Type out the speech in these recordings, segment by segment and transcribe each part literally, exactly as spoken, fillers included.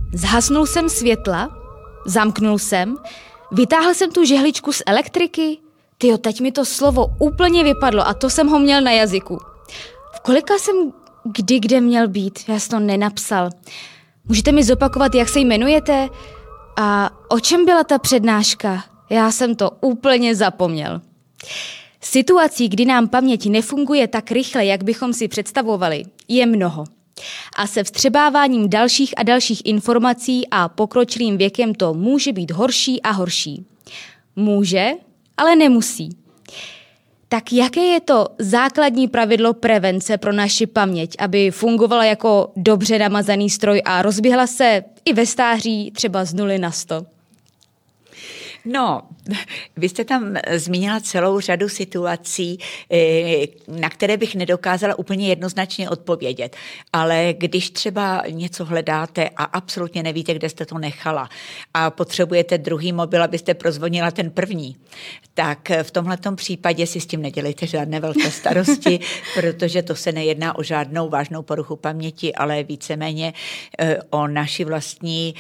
Zhasnul jsem světla, zamknul jsem, vytáhl jsem tu žehličku z elektriky. Tyjo, teď mi to slovo úplně vypadlo a to jsem ho měl na jazyku. V kolika jsem kdy kde měl být? Já jsem to nenapsal. Můžete mi zopakovat, jak se jmenujete? A o čem byla ta přednáška? Já jsem to úplně zapomněl. Situací, kdy nám paměť nefunguje tak rychle, jak bychom si představovali, je mnoho. A se vstřebáváním dalších a dalších informací a pokročilým věkem to může být horší a horší. Může, ale nemusí. Tak jaké je to základní pravidlo prevence pro naši paměť, aby fungovala jako dobře namazaný stroj a rozběhla se i ve stáří třeba z nuly na sto? No, vy jste tam zmínila celou řadu situací, na které bych nedokázala úplně jednoznačně odpovědět. Ale když třeba něco hledáte a absolutně nevíte, kde jste to nechala a potřebujete druhý mobil, abyste prozvonila ten první, tak v tomhletom případě si s tím nedělejte žádné velké starosti, protože to se nejedná o žádnou vážnou poruchu paměti, ale víceméně o naši vlastní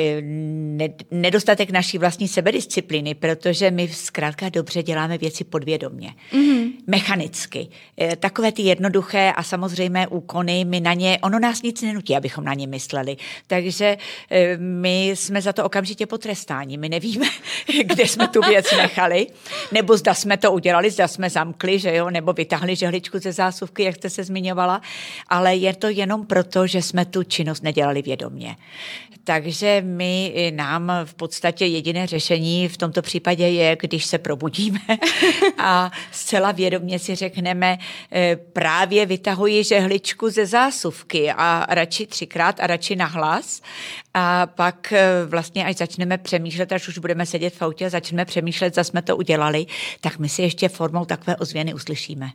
nedostatek naší vlastní sebedisciplíny, protože my zkrátka dobře děláme věci podvědomě, mm-hmm. mechanicky. Takové ty jednoduché a samozřejmé úkony, my na ně, ono nás nic nenutí, abychom na ně mysleli. Takže my jsme za to okamžitě potrestáni. My nevíme, kde jsme tu věc nechali, nebo zda jsme to udělali, zda jsme zamkli, že jo, nebo vytáhli žehličku ze zásuvky, jak jste se zmiňovala, ale je to jenom proto, že jsme tu činnost nedělali vědomě. Takže my, nám v podstatě jediné řešení v tomto případě je, když se probudíme a zcela vědomě si řekneme, právě vytahuji žehličku ze zásuvky a radši třikrát a radši nahlas a pak vlastně, až začneme přemýšlet, až už budeme sedět v autě a začneme přemýšlet, zda jsme to udělali, tak my si ještě formou takové ozvěny uslyšíme.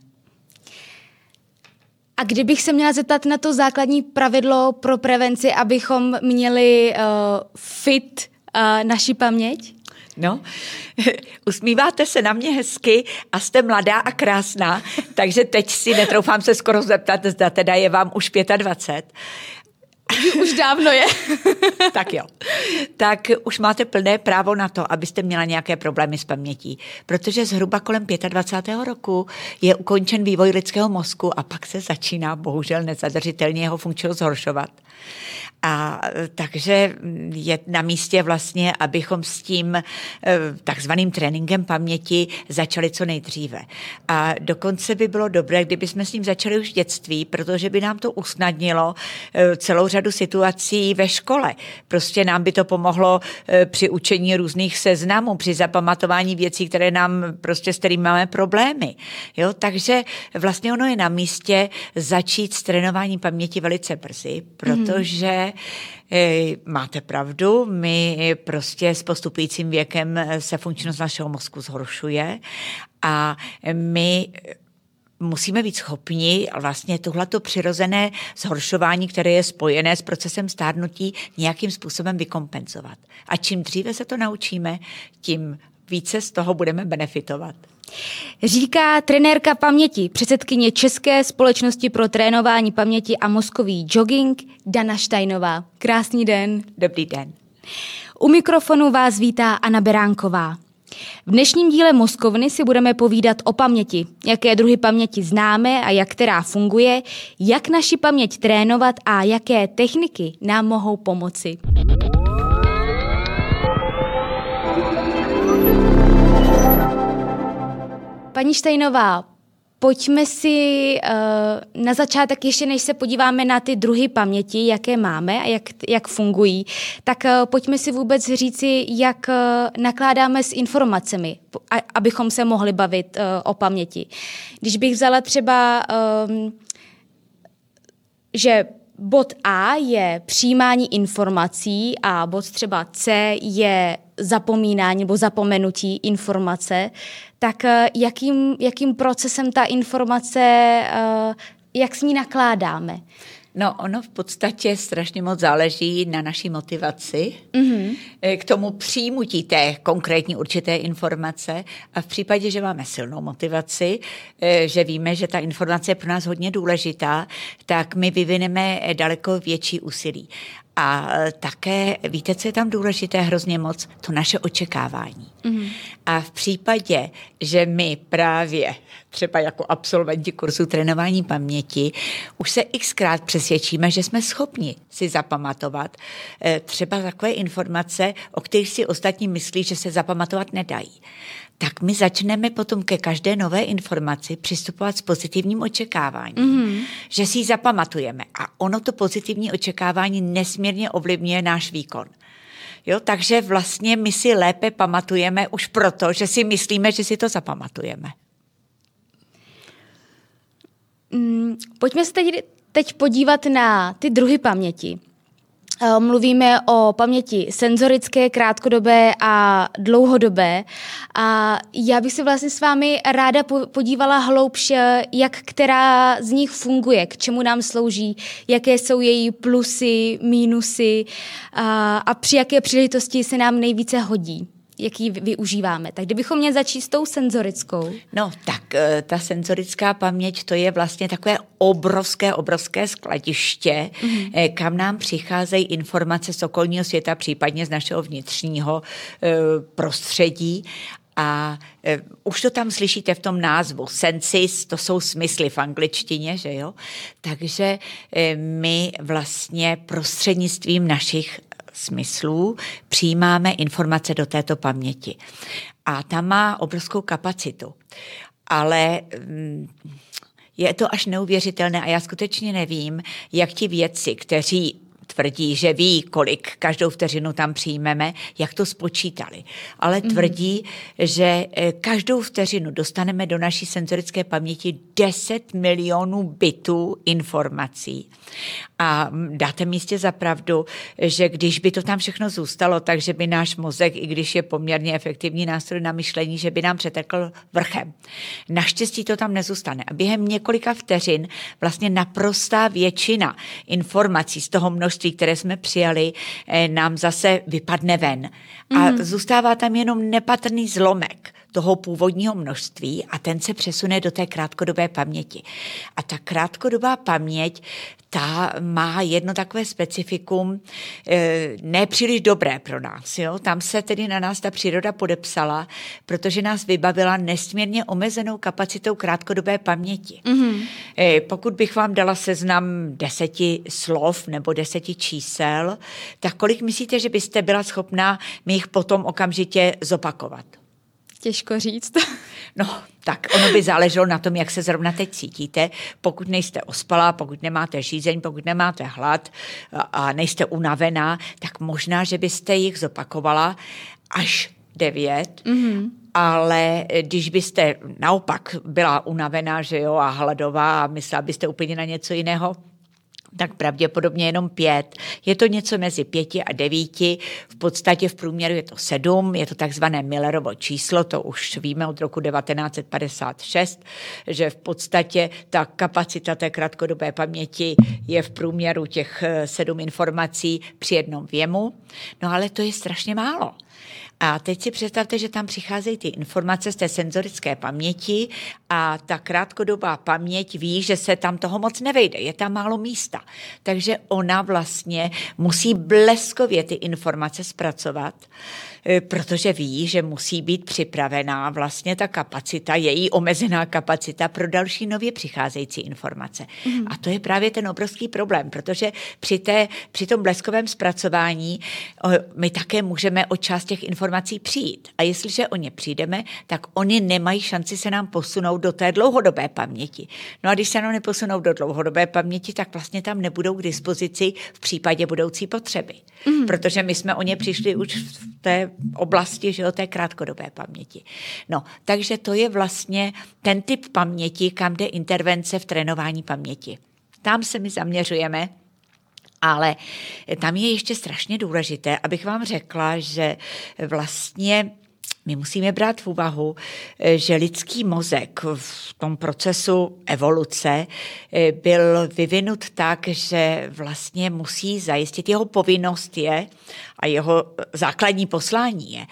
A kdybych se měla zeptat na to základní pravidlo pro prevenci, abychom měli uh, fit uh, naši paměť? No, usmíváte se na mě hezky a jste mladá a krásná, takže teď si netroufám se skoro zeptat, zda teda je vám už dvacet pět. Už dávno je. Tak jo. Tak už máte plné právo na to, abyste měla nějaké problémy s pamětí, protože zhruba kolem dvacátého pátého roku je ukončen vývoj lidského mozku a pak se začíná bohužel nezadržitelně jeho funkčnost zhoršovat. A takže je na místě vlastně, abychom s tím takzvaným tréninkem paměti začali co nejdříve. A dokonce by bylo dobré, kdyby jsme s ním začali už v dětství, protože by nám to usnadnilo celou řadu situací ve škole. Prostě nám by to pomohlo při učení různých seznamů, při zapamatování věcí, které nám prostě s kterými máme problémy. Jo? Takže vlastně ono je na místě začít s trénováním paměti velice brzy, protože máte pravdu, my prostě s postupujícím věkem se funkčnost našeho mozku zhoršuje a my musíme být schopni vlastně tohleto přirozené zhoršování, které je spojené s procesem stárnutí, nějakým způsobem vykompenzovat. A čím dříve se to naučíme, tím více z toho budeme benefitovat. Říká trenérka paměti, předsedkyně České společnosti pro trénování paměti a mozkový jogging Dana Steinová. Krásný den. Dobrý den. U mikrofonu vás vítá Anna Beránková. V dnešním díle Mozkovny si budeme povídat o paměti, jaké druhy paměti známe a jak která funguje, jak naši paměť trénovat a jaké techniky nám mohou pomoci. Paní Steinová, pojďme si uh, na začátek, ještě než se podíváme na ty druhy paměti, jaké máme a jak, jak fungují, tak uh, pojďme si vůbec říci, jak uh, nakládáme s informacemi, a, abychom se mohli bavit uh, o paměti. Když bych vzala třeba, um, že bod A je přijímání informací a bod třeba C je zapomínání nebo zapomenutí informace, tak jakým, jakým procesem ta informace, jak s ní nakládáme? No, ono v podstatě strašně moc záleží na naší motivaci, mm-hmm. k tomu přijímutí té konkrétní určité informace a v případě, že máme silnou motivaci, že víme, že ta informace je pro nás hodně důležitá, tak my vyvineme daleko větší úsilí. A také, víte, co je tam důležité hrozně moc? To naše očekávání. Mm. A v případě, že my právě třeba jako absolventi kurzu trénování paměti už se xkrát přesvědčíme, že jsme schopni si zapamatovat třeba takové informace, o kterých si ostatní myslí, že se zapamatovat nedají, tak my začneme potom ke každé nové informaci přistupovat s pozitivním očekáváním, mm-hmm. že si ji zapamatujeme a ono to pozitivní očekávání nesmírně ovlivňuje náš výkon. Jo, takže vlastně my si lépe pamatujeme už proto, že si myslíme, že si to zapamatujeme. Mm, pojďme se teď, teď podívat na ty druhy paměti. Mluvíme o paměti senzorické, krátkodobé a dlouhodobé. A já bych se vlastně s vámi ráda podívala hloubš, jak která z nich funguje, k čemu nám slouží, jaké jsou její plusy, mínusy a, a při jaké příležitosti se nám nejvíce hodí, jak ji využíváme. Tak kdybychom měli začít s tou senzorickou. No tak ta senzorická paměť, to je vlastně takové obrovské, obrovské skladiště, mm-hmm. kam nám přicházejí informace z okolního světa, případně z našeho vnitřního prostředí. A e, už to tam slyšíte v tom názvu. Senses, to jsou smysly v angličtině, že jo? Takže e, my vlastně prostřednictvím našich smyslů přijímáme informace do této paměti. A ta má obrovskou kapacitu. Ale mm, je to až neuvěřitelné a já skutečně nevím, jak ti vědci, kteří tvrdí, že ví, kolik každou vteřinu tam přijmeme, jak to spočítali. Ale tvrdí, mm. že každou vteřinu dostaneme do naší senzorické paměti deset milionů bitů informací. A dáte mi jistě za pravdu, že když by to tam všechno zůstalo, takže by náš mozek, i když je poměrně efektivní nástroj na myšlení, že by nám přetekl vrchem. Naštěstí to tam nezůstane. A během několika vteřin vlastně naprostá většina informací z toho množství, které jsme přijali, nám zase vypadne ven. A mm. zůstává tam jenom nepatrný zlomek toho původního množství a ten se přesune do té krátkodobé paměti. A ta krátkodobá paměť, ta má jedno takové specifikum, ne příliš dobré pro nás. Jo? Tam se tedy na nás ta příroda podepsala, protože nás vybavila nesmírně omezenou kapacitou krátkodobé paměti. Mm-hmm. Pokud bych vám dala seznam deseti slov nebo deseti čísel, tak kolik myslíte, že byste byla schopná mi jich potom okamžitě zopakovat? Těžko říct. No, tak ono by záleželo na tom, jak se zrovna teď cítíte. Pokud nejste ospalá, pokud nemáte žízeň, pokud nemáte hlad a nejste unavená, tak možná, že byste jich zopakovala až devět. Mm-hmm. Ale když byste naopak byla unavená, že jo, a hladová a myslela byste úplně na něco jiného, tak pravděpodobně jenom pět. Je to něco mezi pěti a devíti, v podstatě v průměru je to sedm, je to takzvané Millerovo číslo, to už víme od roku devatenáct set padesát šest, že v podstatě ta kapacita té krátkodobé paměti je v průměru těch sedm informací při jednom věmu, no ale to je strašně málo. A teď si představte, že tam přicházejí ty informace z té senzorické paměti a ta krátkodobá paměť ví, že se tam toho moc nevejde, je tam málo místa. Takže ona vlastně musí bleskově ty informace zpracovat, protože ví, že musí být připravená vlastně ta kapacita, její omezená kapacita pro další nově přicházející informace. Mm. A to je právě ten obrovský problém, protože při, té, při tom bleskovém zpracování my také můžeme o část těch informací přijít. A jestliže o ně přijdeme, tak oni nemají šanci se nám posunout do té dlouhodobé paměti. No a když se nám neposunou do dlouhodobé paměti, tak vlastně tam nebudou k dispozici v případě budoucí potřeby. Mm. Protože my jsme o ně přišli už v té oblasti, že jo, té krátkodobé paměti. No, takže to je vlastně ten typ paměti, kam jde intervence v trénování paměti. Tam se my zaměřujeme, ale tam je ještě strašně důležité, abych vám řekla, že vlastně my musíme brát v úvahu, že lidský mozek v tom procesu evoluce byl vyvinut tak, že vlastně musí zajistit, jeho povinnost je a jeho základní poslání je,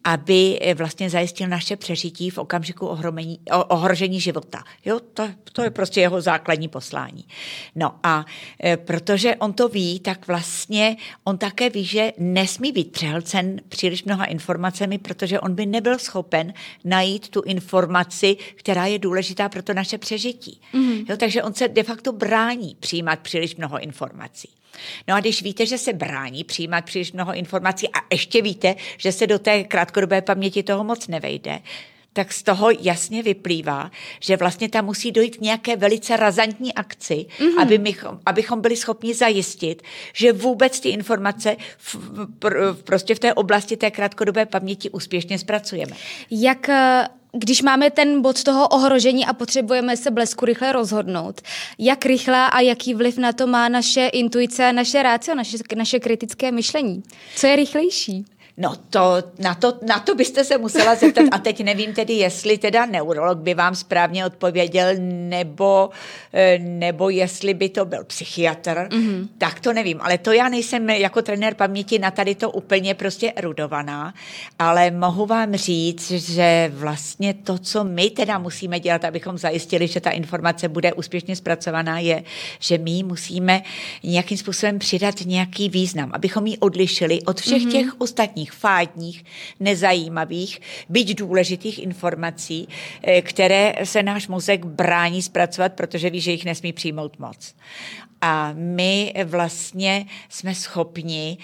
aby vlastně zajistil naše přežití v okamžiku ohromení, ohrožení života. Jo, to, to je prostě jeho základní poslání. No a e, protože on to ví, tak vlastně on také ví, že nesmí být přehlcen příliš mnoha informacemi, protože on by nebyl schopen najít tu informaci, která je důležitá pro to naše přežití. Mm-hmm. Jo, takže on se de facto brání přijímat příliš mnoho informací. No a když víte, že se brání přijímat příliš mnoho informací a ještě víte, že se do té krátkodobé paměti toho moc nevejde, tak z toho jasně vyplývá, že vlastně tam musí dojít k nějaké velice razantní akci, mm-hmm. aby my, abychom byli schopni zajistit, že vůbec ty informace v, v, prostě v té oblasti té krátkodobé paměti úspěšně zpracujeme. Jak... Když máme ten bod toho ohrožení a potřebujeme se blesku rychle rozhodnout, jak rychle a jaký vliv na to má naše intuice, naše rácio, naše, naše kritické myšlení? Co je rychlejší? No to na, to, na to byste se musela zeptat a teď nevím tedy, jestli teda neurolog by vám správně odpověděl, nebo, nebo jestli by to byl psychiatr, mm-hmm. tak to nevím, ale to já nejsem jako trenér paměti na tady to úplně prostě erudovaná, ale mohu vám říct, že vlastně to, co my teda musíme dělat, abychom zajistili, že ta informace bude úspěšně zpracovaná, je, že my musíme nějakým způsobem přidat nějaký význam, abychom ji odlišili od všech mm-hmm. těch ostatních fádních, nezajímavých, byť důležitých informací, které se náš mozek brání zpracovat, protože ví, že jich nesmí přijmout moc. A my vlastně jsme schopni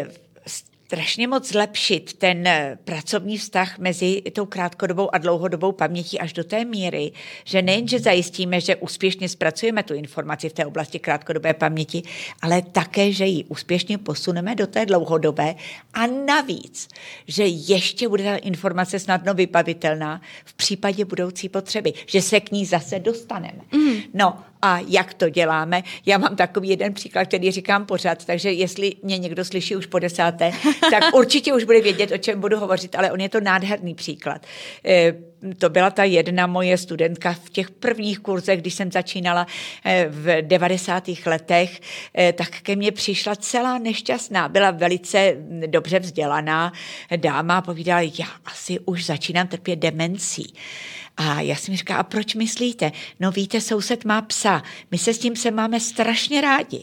strašně moc zlepšit ten pracovní vztah mezi tou krátkodobou a dlouhodobou pamětí až do té míry, že nejenže zajistíme, že úspěšně zpracujeme tu informaci v té oblasti krátkodobé paměti, ale také, že ji úspěšně posuneme do té dlouhodobé a navíc, že ještě bude ta informace snadno vybavitelná v případě budoucí potřeby, že se k ní zase dostaneme. Mm. No a jak to děláme? Já mám takový jeden příklad, který říkám pořád, takže jestli mě někdo slyší už po desáté, tak určitě už bude vědět, o čem budu hovořit, ale on je to nádherný příklad. E, to byla ta jedna moje studentka v těch prvních kurzech, když jsem začínala v devadesátých letech, e, tak ke mně přišla celá nešťastná. Byla velice dobře vzdělaná dáma a povídala, já asi už začínám trpět demencí. A já jsem říkala, a proč myslíte? No víte, soused má psa, my se s tím se máme strašně rádi.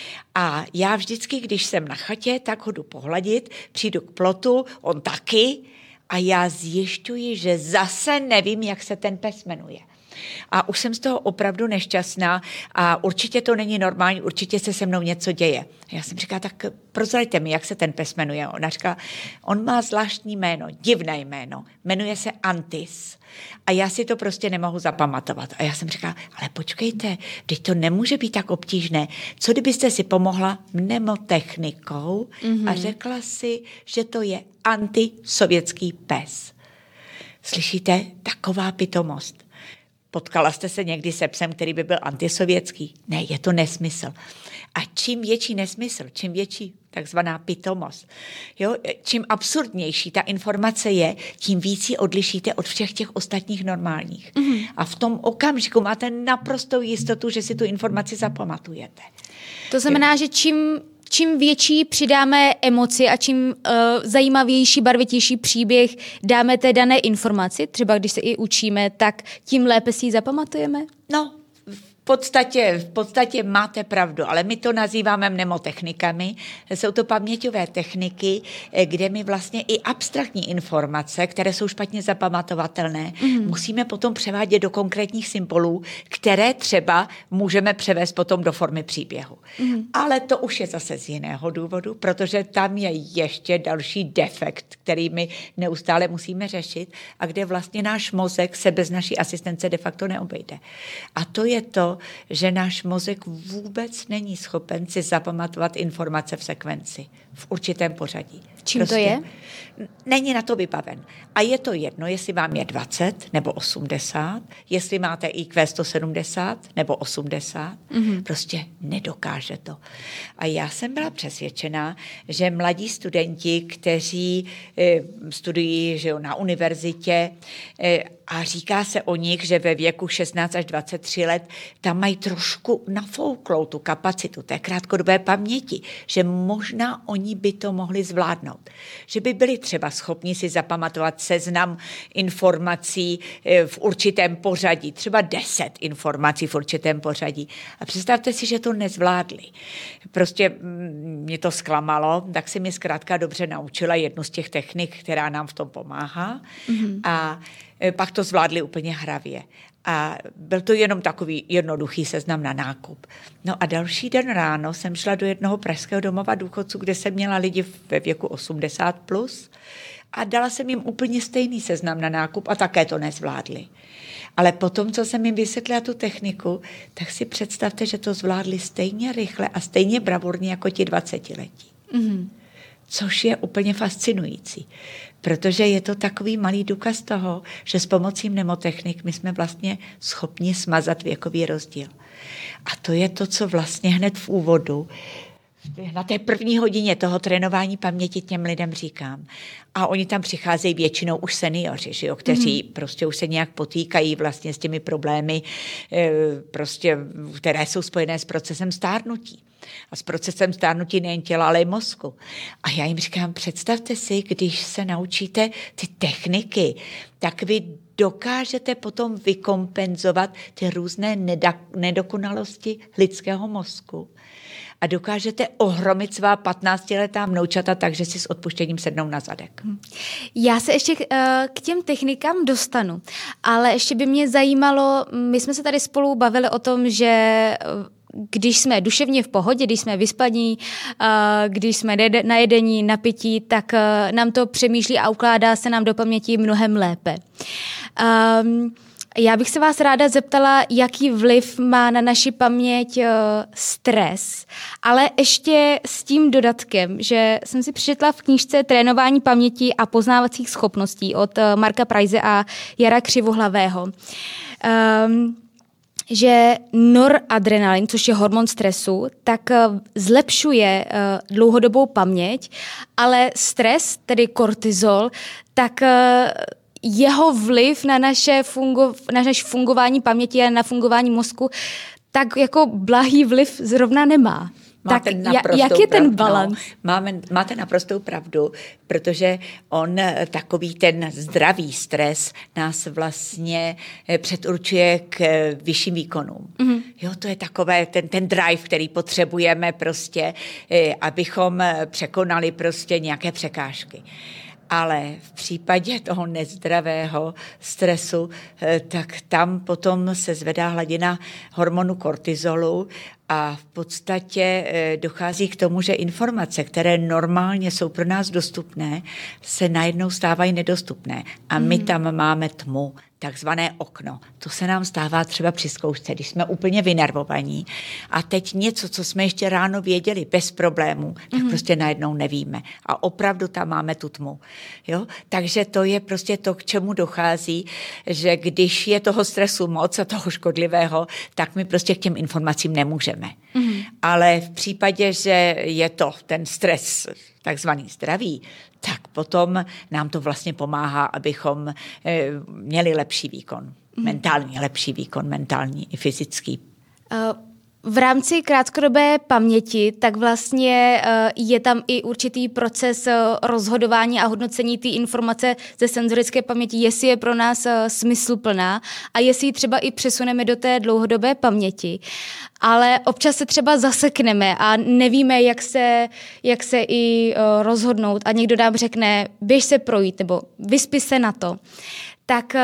A já vždycky, když jsem na chatě, tak ho jdu pohladit, přijdu k plotu, on taky, a já zjišťuji, že zase nevím, jak se ten pes jmenuje. A už jsem z toho opravdu nešťastná a určitě to není normální, určitě se se mnou něco děje. Já jsem říkala, tak prozraďte mi, jak se ten pes jmenuje. Ona říkala, on má zvláštní jméno, divné jméno, jmenuje se Antis. A já si to prostě nemohu zapamatovat. A já jsem říkala, ale počkejte, teď to nemůže být tak obtížné. Co kdybyste si pomohla mnemotechnikou mm-hmm. a řekla si, že to je antisovětský pes. Slyšíte? Taková pitomost. Potkala jste se někdy se psem, který by byl antisovětský? Ne, je to nesmysl. A čím větší nesmysl, čím větší takzvaná pitomost, jo, čím absurdnější ta informace je, tím víc ji odlišíte od všech těch ostatních normálních. Mm-hmm. A v tom okamžiku máte naprostou jistotu, že si tu informaci zapamatujete. To znamená, že čím Čím větší přidáme emoci a čím uh, zajímavější, barvitější příběh dáme té dané informaci, třeba když se i učíme, tak tím lépe si ji zapamatujeme? No, v podstatě, v podstatě máte pravdu, ale my to nazýváme mnemotechnikami. Jsou to paměťové techniky, kde my vlastně i abstraktní informace, které jsou špatně zapamatovatelné, mm. musíme potom převádět do konkrétních symbolů, které třeba můžeme převést potom do formy příběhu. Mm. Ale to už je zase z jiného důvodu, protože tam je ještě další defekt, který my neustále musíme řešit a kde vlastně náš mozek se bez naší asistence de facto neobejde. A to je to, že náš mozek vůbec není schopen si zapamatovat informace v sekvenci, v určitém pořadí. Čím prostě to je? Není na to vybaven. A je to jedno, jestli vám je dvacet nebo osmdesát, jestli máte í kvé sto sedmdesát nebo osmdesát, mm-hmm. prostě nedokáže to. A já jsem byla přesvědčená, že mladí studenti, kteří eh, studují že jo, na univerzitě, eh, A říká se o nich, že ve věku šestnáct až dvacet tři let tam mají trošku nafouklou tu kapacitu té krátkodobé paměti, že možná oni by to mohli zvládnout. Že by byli třeba schopni si zapamatovat seznam informací v určitém pořadí, třeba deset informací v určitém pořadí. A představte si, že to nezvládli. Prostě mě to zklamalo, tak si mi zkrátka dobře naučila jednu z těch technik, která nám v tom pomáhá. Mm-hmm. A pak to zvládli úplně hravě. A byl to jenom takový jednoduchý seznam na nákup. No a další den ráno jsem šla do jednoho pražského domova důchodců, kde jsem měla lidi ve věku osmdesát plus a dala jsem jim úplně stejný seznam na nákup a také to nezvládli. Ale potom, co jsem jim vysvětlila tu techniku, tak si představte, že to zvládli stejně rychle a stejně bravurně jako ti dvacetiletí. Mm-hmm. Což je úplně fascinující, protože je to takový malý důkaz toho, že s pomocí mnemotechnik my jsme vlastně schopni smazat věkový rozdíl. A to je to, co vlastně hned v úvodu, na té první hodině toho trénování paměti těm lidem říkám. A oni tam přicházejí většinou už seniori, že jo, kteří mm. prostě už se nějak potýkají vlastně s těmi problémy, prostě, které jsou spojené s procesem stárnutí. A s procesem stárnutí nejen těla, ale i mozku. A já jim říkám, představte si, když se naučíte ty techniky, tak vy dokážete potom vykompenzovat ty různé nedokonalosti lidského mozku. A dokážete ohromit svá patnáctiletá vnoučata, takže si s odpuštěním sednou na zadek. Já se ještě k těm technikám dostanu, ale ještě by mě zajímalo, my jsme se tady spolu bavili o tom, že když jsme duševně v pohodě, když jsme vyspaní, když jsme najedení, napití, tak nám to přemýšlí a ukládá se nám do paměti mnohem lépe. Um, Já bych se vás ráda zeptala, jaký vliv má na naši paměť uh, stres, ale ještě s tím dodatkem, že jsem si přečetla v knížce Trénování paměti a poznávacích schopností od uh, Marka Price a Jara Křivohlavého, um, že noradrenalin, což je hormon stresu, tak uh, zlepšuje uh, dlouhodobou paměť, ale stres, tedy kortizol, tak uh, jeho vliv na naše, fungo, na naše fungování paměti a na fungování mozku tak jako blahý vliv zrovna nemá. Máte tak naprostou jak je ten pravdu. balans? No, máme, máte naprostou pravdu, protože on, takový ten zdravý stres, nás vlastně předurčuje k vyšším výkonům. Mm-hmm. Jo, to je takové ten, ten drive, který potřebujeme prostě, abychom překonali prostě nějaké překážky. Ale v případě toho nezdravého stresu, tak tam potom se zvedá hladina hormonu kortizolu a v podstatě dochází k tomu, že informace, které normálně jsou pro nás dostupné, se najednou stávají nedostupné. A my mm. tam máme tmu, takzvané okno. To se nám stává třeba při zkoušce, když jsme úplně vynervovaní a teď něco, co jsme ještě ráno věděli bez problémů, tak mm. prostě najednou nevíme. A opravdu tam máme tu tmu. Jo? Takže to je prostě to, k čemu dochází, že když je toho stresu moc a toho škodlivého, tak my prostě k těm informacím nemůžeme. Mm. Ale v případě, že je to ten stres takzvaný zdravý, tak potom nám to vlastně pomáhá, abychom měli lepší výkon. Mm. Mentální lepší výkon, mentální i fyzický. Uh. V rámci krátkodobé paměti tak vlastně je tam i určitý proces rozhodování a hodnocení té informace ze senzorické paměti, jestli je pro nás smysluplná a jestli ji třeba i přesuneme do té dlouhodobé paměti. Ale občas se třeba zasekneme a nevíme, jak se, jak se i rozhodnout a někdo nám řekne, běž se projít nebo vyspi se na to. Tak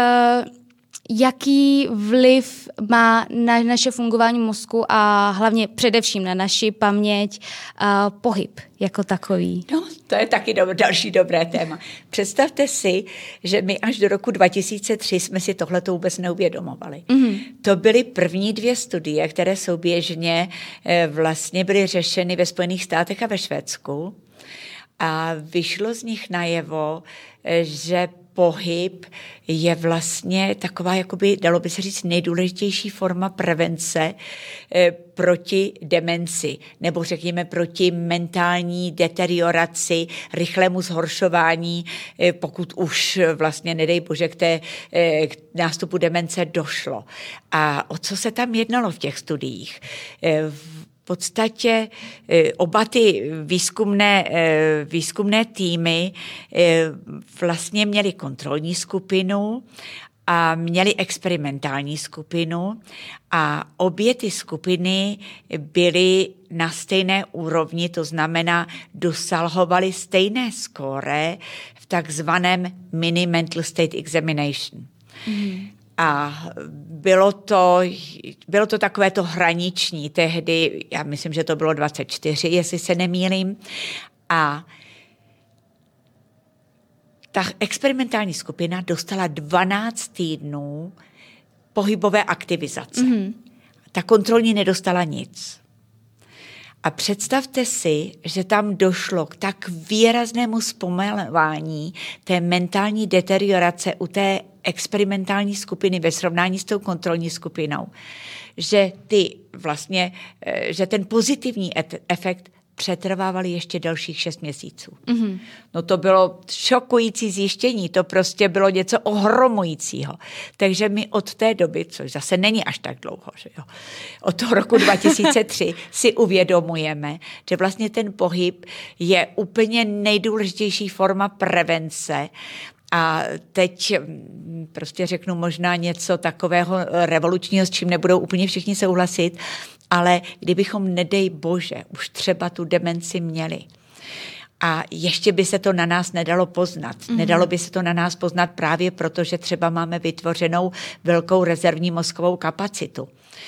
jaký vliv má na naše fungování mozku a hlavně především na naši paměť a pohyb jako takový? No, to je taky do, další dobré téma. Představte si, že my až do roku dva tisíce tři jsme si tohleto vůbec neuvědomovali. Mm-hmm. To byly první dvě studie, které souběžně vlastně byly řešeny ve Spojených státech a ve Švédsku. A vyšlo z nich najevo, že pohyb je vlastně taková, jakoby, dalo by se říct, nejdůležitější forma prevence eh, proti demenci, nebo řekněme proti mentální deterioraci, rychlému zhoršování, eh, pokud už vlastně, nedej bože, k, té, eh, k nástupu demence došlo. A o co se tam jednalo v těch studiích? Eh, V podstatě oba ty výzkumné, výzkumné týmy vlastně měly kontrolní skupinu a měli experimentální skupinu a obě ty skupiny byly na stejné úrovni, to znamená dosahovaly stejné skóre v takzvaném mini mental state examination. Mm. A bylo to, bylo to takové to hraniční tehdy, já myslím, že to bylo dvacet čtyři, jestli se nemýlím. A ta experimentální skupina dostala dvanáct týdnů pohybové aktivizace. Mm-hmm. Ta kontrolní nedostala nic. A představte si, že tam došlo k tak výraznému zpomalování té mentální deteriorace u té experimentální skupiny ve srovnání s tou kontrolní skupinou, že, ty vlastně, že ten pozitivní efekt přetrvávali ještě dalších šest měsíců. Mm-hmm. No to bylo šokující zjištění, to prostě bylo něco ohromujícího. Takže my od té doby, což zase není až tak dlouho, že jo, od toho roku dva tisíce tři si uvědomujeme, že vlastně ten pohyb je úplně nejdůležitější forma prevence. A teď prostě řeknu možná něco takového revolučního, s čím nebudou úplně všichni souhlasit, ale kdybychom, nedej bože, už třeba tu demenci měli a ještě by se to na nás nedalo poznat. Mm-hmm. Nedalo by se to na nás poznat právě proto, že třeba máme vytvořenou velkou rezervní mozkovou kapacitu.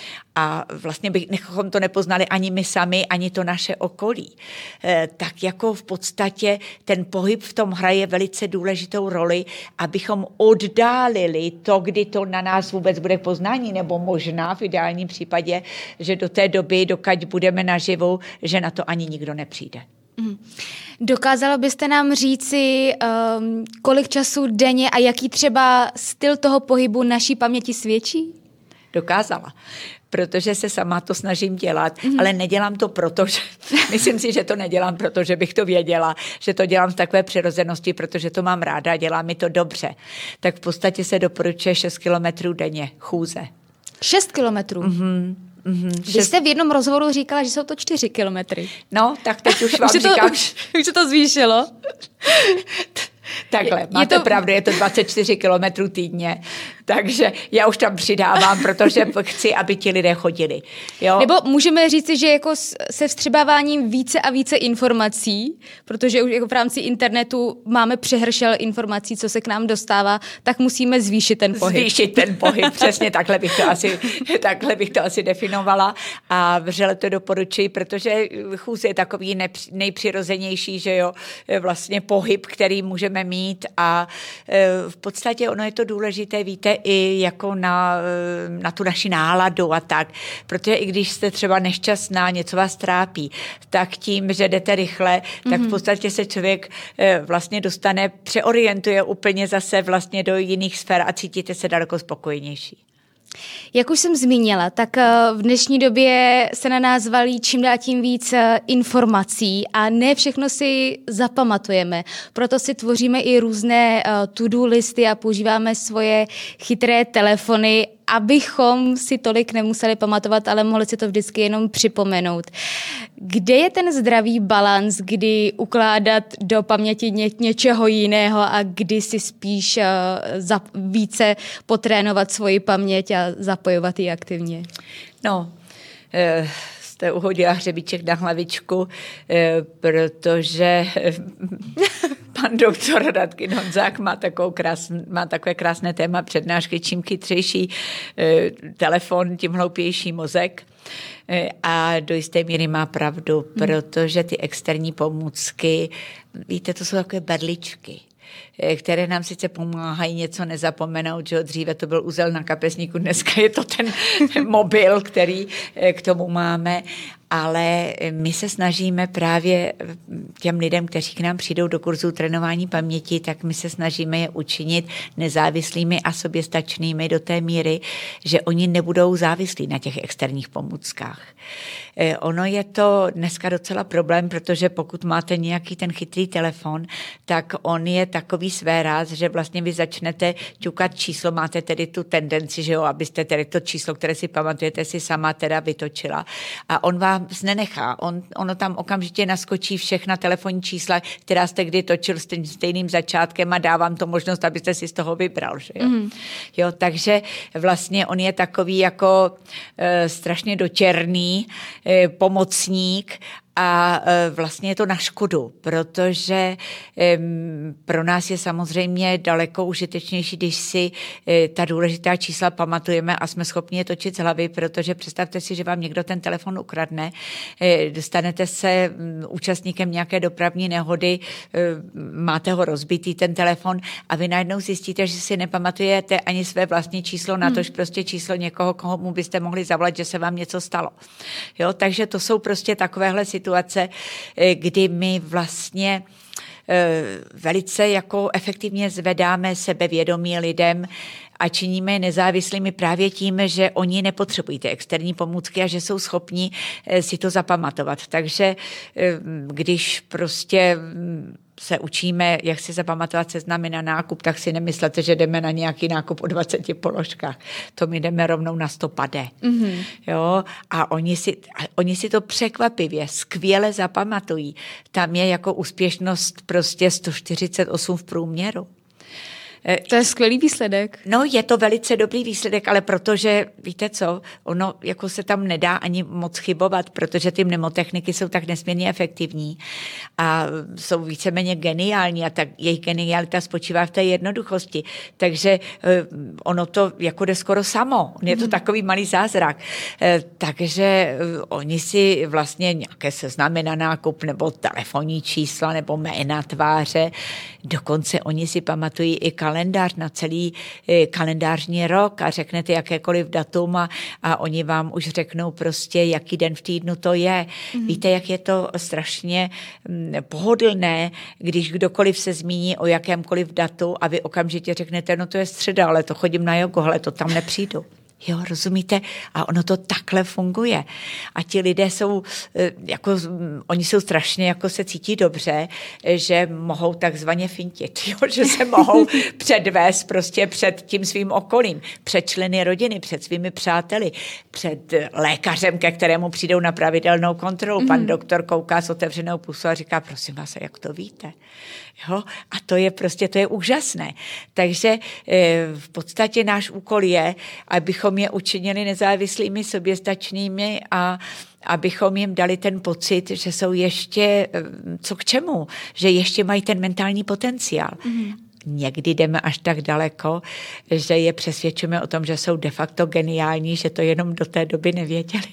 A vlastně bychom to nepoznali ani my sami, ani to naše okolí. E, tak jako v podstatě ten pohyb v tom hraje velice důležitou roli, abychom oddálili to, kdy to na nás vůbec bude poznání, nebo možná v ideálním případě, že do té doby, dokud budeme naživu, že na to ani nikdo nepřijde. Mm. Dokázala byste nám říci, um, kolik času denně a jaký třeba styl toho pohybu naší paměti svědčí? Dokázala, protože se sama to snažím dělat, mm-hmm. ale nedělám to proto, že myslím si, že to nedělám proto, že bych to věděla, že to dělám v takové přirozenosti, protože to mám ráda a dělá mi to dobře. Tak v podstatě se doporučuje šest kilometrů denně chůze. šest kilometrů? Mhm. Mm-hmm, Vy jste v jednom rozhovoru říkala, že jsou to čtyři kilometry. No, tak teď už vám už říkám. To, už, už se to zvýšilo. Takhle, máte to... pravdu, je to dvacet čtyři kilometrů týdně, takže já už tam přidávám, protože chci, aby ti lidé chodili. Jo? Nebo můžeme říci, že jako se vstřebáváním více a více informací, protože už jako v rámci internetu máme přehršel informací, co se k nám dostává, tak musíme zvýšit ten pohyb. Zvýšit ten pohyb, přesně takhle bych to asi, takhle bych to asi definovala a vřele to doporučuji, protože chůze je takový nejpřirozenější, že jo, vlastně pohyb, který můžeme mít a v podstatě ono je to důležité, víte, i jako na, na tu naši náladu a tak, protože i když jste třeba nešťastná, něco vás trápí, tak tím, že jdete rychle, tak v podstatě se člověk vlastně dostane, přeorientuje úplně zase vlastně do jiných sfér a cítíte se daleko spokojenější. Jak už jsem zmínila, tak v dnešní době se na nás valí čím dál tím víc informací a ne všechno si zapamatujeme. Proto si tvoříme i různé to-do listy a používáme svoje chytré telefony, abychom si tolik nemuseli pamatovat, ale mohli si to vždycky jenom připomenout. Kde je ten zdravý balans, kdy ukládat do paměti ně, něčeho jiného a kdy si spíš uh, za, více potrénovat svoji paměť a zapojovat ji aktivně? No, eh, jste uhodila hřebíček na hlavičku, eh, protože pan doktor Radkin Honzák má, krásn, má takové krásné téma přednášky, čím chytřejší eh, telefon, tím hloupější mozek. A do jisté míry má pravdu, protože ty externí pomůcky, víte, to jsou takové berličky, které nám sice pomáhají něco nezapomenout, že dříve to byl uzel na kapesníku, dneska je to ten mobil, který k tomu máme. ale my se snažíme právě těm lidem, kteří k nám přijdou do kurzu trénování paměti, tak my se snažíme je učinit nezávislými a soběstačnými do té míry, že oni nebudou závislí na těch externích pomůckách. Ono je to dneska docela problém, protože pokud máte nějaký ten chytrý telefon, tak on je takový své ráz, že vlastně vy začnete ťukat číslo, máte tedy tu tendenci, že jo, abyste tedy to číslo, které si pamatujete, si sama teda vytočila a on vám znenechá. On, ono tam okamžitě naskočí všechna telefonní čísla, která jste kdy točil s tím stejným začátkem a dá vám to možnost, abyste si z toho vybral, že jo. Mm. Jo, takže vlastně on je takový jako e, strašně dočerný e, pomocník a vlastně je to na škodu, protože pro nás je samozřejmě daleko užitečnější, když si ta důležitá čísla pamatujeme a jsme schopni je točit z hlavy, protože představte si, že vám někdo ten telefon ukradne, dostanete se účastníkem nějaké dopravní nehody, máte ho rozbitý ten telefon a vy najednou zjistíte, že si nepamatujete ani své vlastní číslo, natož hmm. prostě číslo někoho, komu byste mohli zavolat, že se vám něco stalo. Jo, takže to jsou prostě takovéhle situace, situace, kdy my vlastně velice jako efektivně zvedáme sebevědomí lidem a činíme je nezávislými právě tím, že oni nepotřebují ty externí pomůcky a že jsou schopni si to zapamatovat. Takže když prostě se učíme, jak si zapamatovat seznamy na nákup, tak si nemyslete, že jdeme na nějaký nákup o dvaceti položkách. To my jdeme rovnou na sto pade. Mm-hmm. Jo? A oni si, oni si to překvapivě, skvěle zapamatují. Tam je jako úspěšnost prostě sto čtyřicet osm v průměru. To je skvělý výsledek. No, je to velice dobrý výsledek, ale protože, víte co, ono jako se tam nedá ani moc chybovat, protože ty mnemotechniky jsou tak nesmírně efektivní a jsou víceméně geniální a tak jejich genialita spočívá v té jednoduchosti. Takže ono to jako jde skoro samo. Je to takový malý zázrak. Takže oni si vlastně nějaké seznamy na nákup nebo telefonní čísla nebo jména tváře, dokonce oni si pamatují i kalendář na celý kalendářní rok a řeknete jakékoliv datum a, a oni vám už řeknou prostě, jaký den v týdnu to je. Mm. Víte, jak je to strašně pohodlné, když kdokoliv se zmíní o jakémkoliv datu a vy okamžitě řeknete, no to je středa, ale to chodím na jogu, ale to tam nepřijdu. Jo, rozumíte? A ono to takhle funguje. A ti lidé jsou, jako, oni jsou strašně, jako se cítí dobře, že mohou takzvaně fintit, jo? Že se mohou předvést prostě před tím svým okolím, před členy rodiny, před svými přáteli, před lékařem, ke kterému přijdou na pravidelnou kontrolu. Mm. Pan doktor kouká s otevřenou pusou a říká, prosím vás, jak to víte? Jo? A to je prostě, to je úžasné. Takže v podstatě náš úkol je, abychom je učinili nezávislými, soběstačnými a abychom jim dali ten pocit, že jsou ještě co k čemu, že ještě mají ten mentální potenciál. Mm. Někdy jdeme až tak daleko, že je přesvědčíme o tom, že jsou de facto geniální, že to jenom do té doby nevěděli.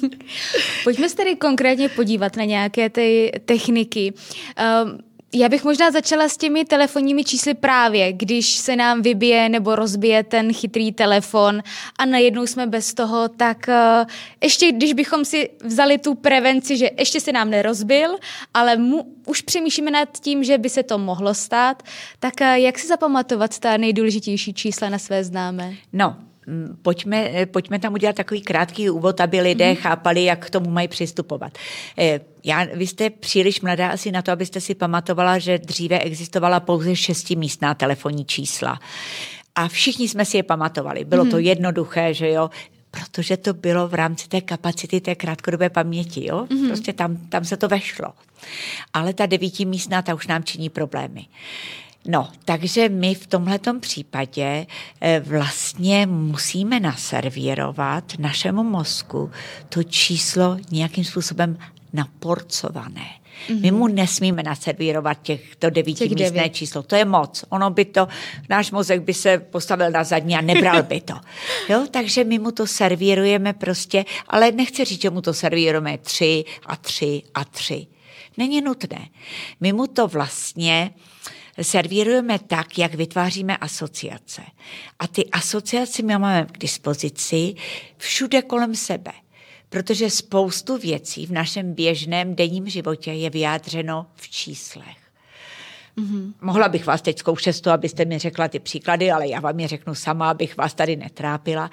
Pojďme se tedy konkrétně podívat na nějaké ty techniky. Um, Já bych možná začala s těmi telefonními čísly právě, když se nám vybije nebo rozbije ten chytrý telefon a najednou jsme bez toho, tak uh, ještě když bychom si vzali tu prevenci, že ještě se nám nerozbil, ale mu, už přemýšlíme nad tím, že by se to mohlo stát, tak uh, jak si zapamatovat ta nejdůležitější čísla na své známé? No, Pojďme, pojďme tam udělat takový krátký úvod, aby lidé mm. chápali, jak k tomu mají přistupovat. Já, vy jste příliš mladá asi na to, abyste si pamatovala, že dříve existovala pouze šestimístná telefonní čísla. A všichni jsme si je pamatovali. Bylo mm. to jednoduché, že jo, protože to bylo v rámci té kapacity té krátkodobé paměti, jo. Mm. Prostě tam, tam se to vešlo. Ale ta devítimístná, ta už nám činí problémy. No, takže my v tomhletom případě vlastně musíme naservírovat našemu mozku to číslo nějakým způsobem naporcované. Mm-hmm. My mu nesmíme naservírovat těchto devítimístné číslo. To je moc. Ono by to, náš mozek by se postavil na zadní a nebral by to. Jo, takže my mu to servírujeme prostě, ale nechci říct, že mu to servírujeme tři a tři a tři. Není nutné. My mu to vlastně servírujeme tak, jak vytváříme asociace. A ty asociace my máme k dispozici všude kolem sebe. protože spoustu věcí v našem běžném denním životě je vyjádřeno v číslech. Mm-hmm. Mohla bych vás teď zkoušet to, abyste mi řekla ty příklady, ale já vám je řeknu sama, abych vás tady netrápila.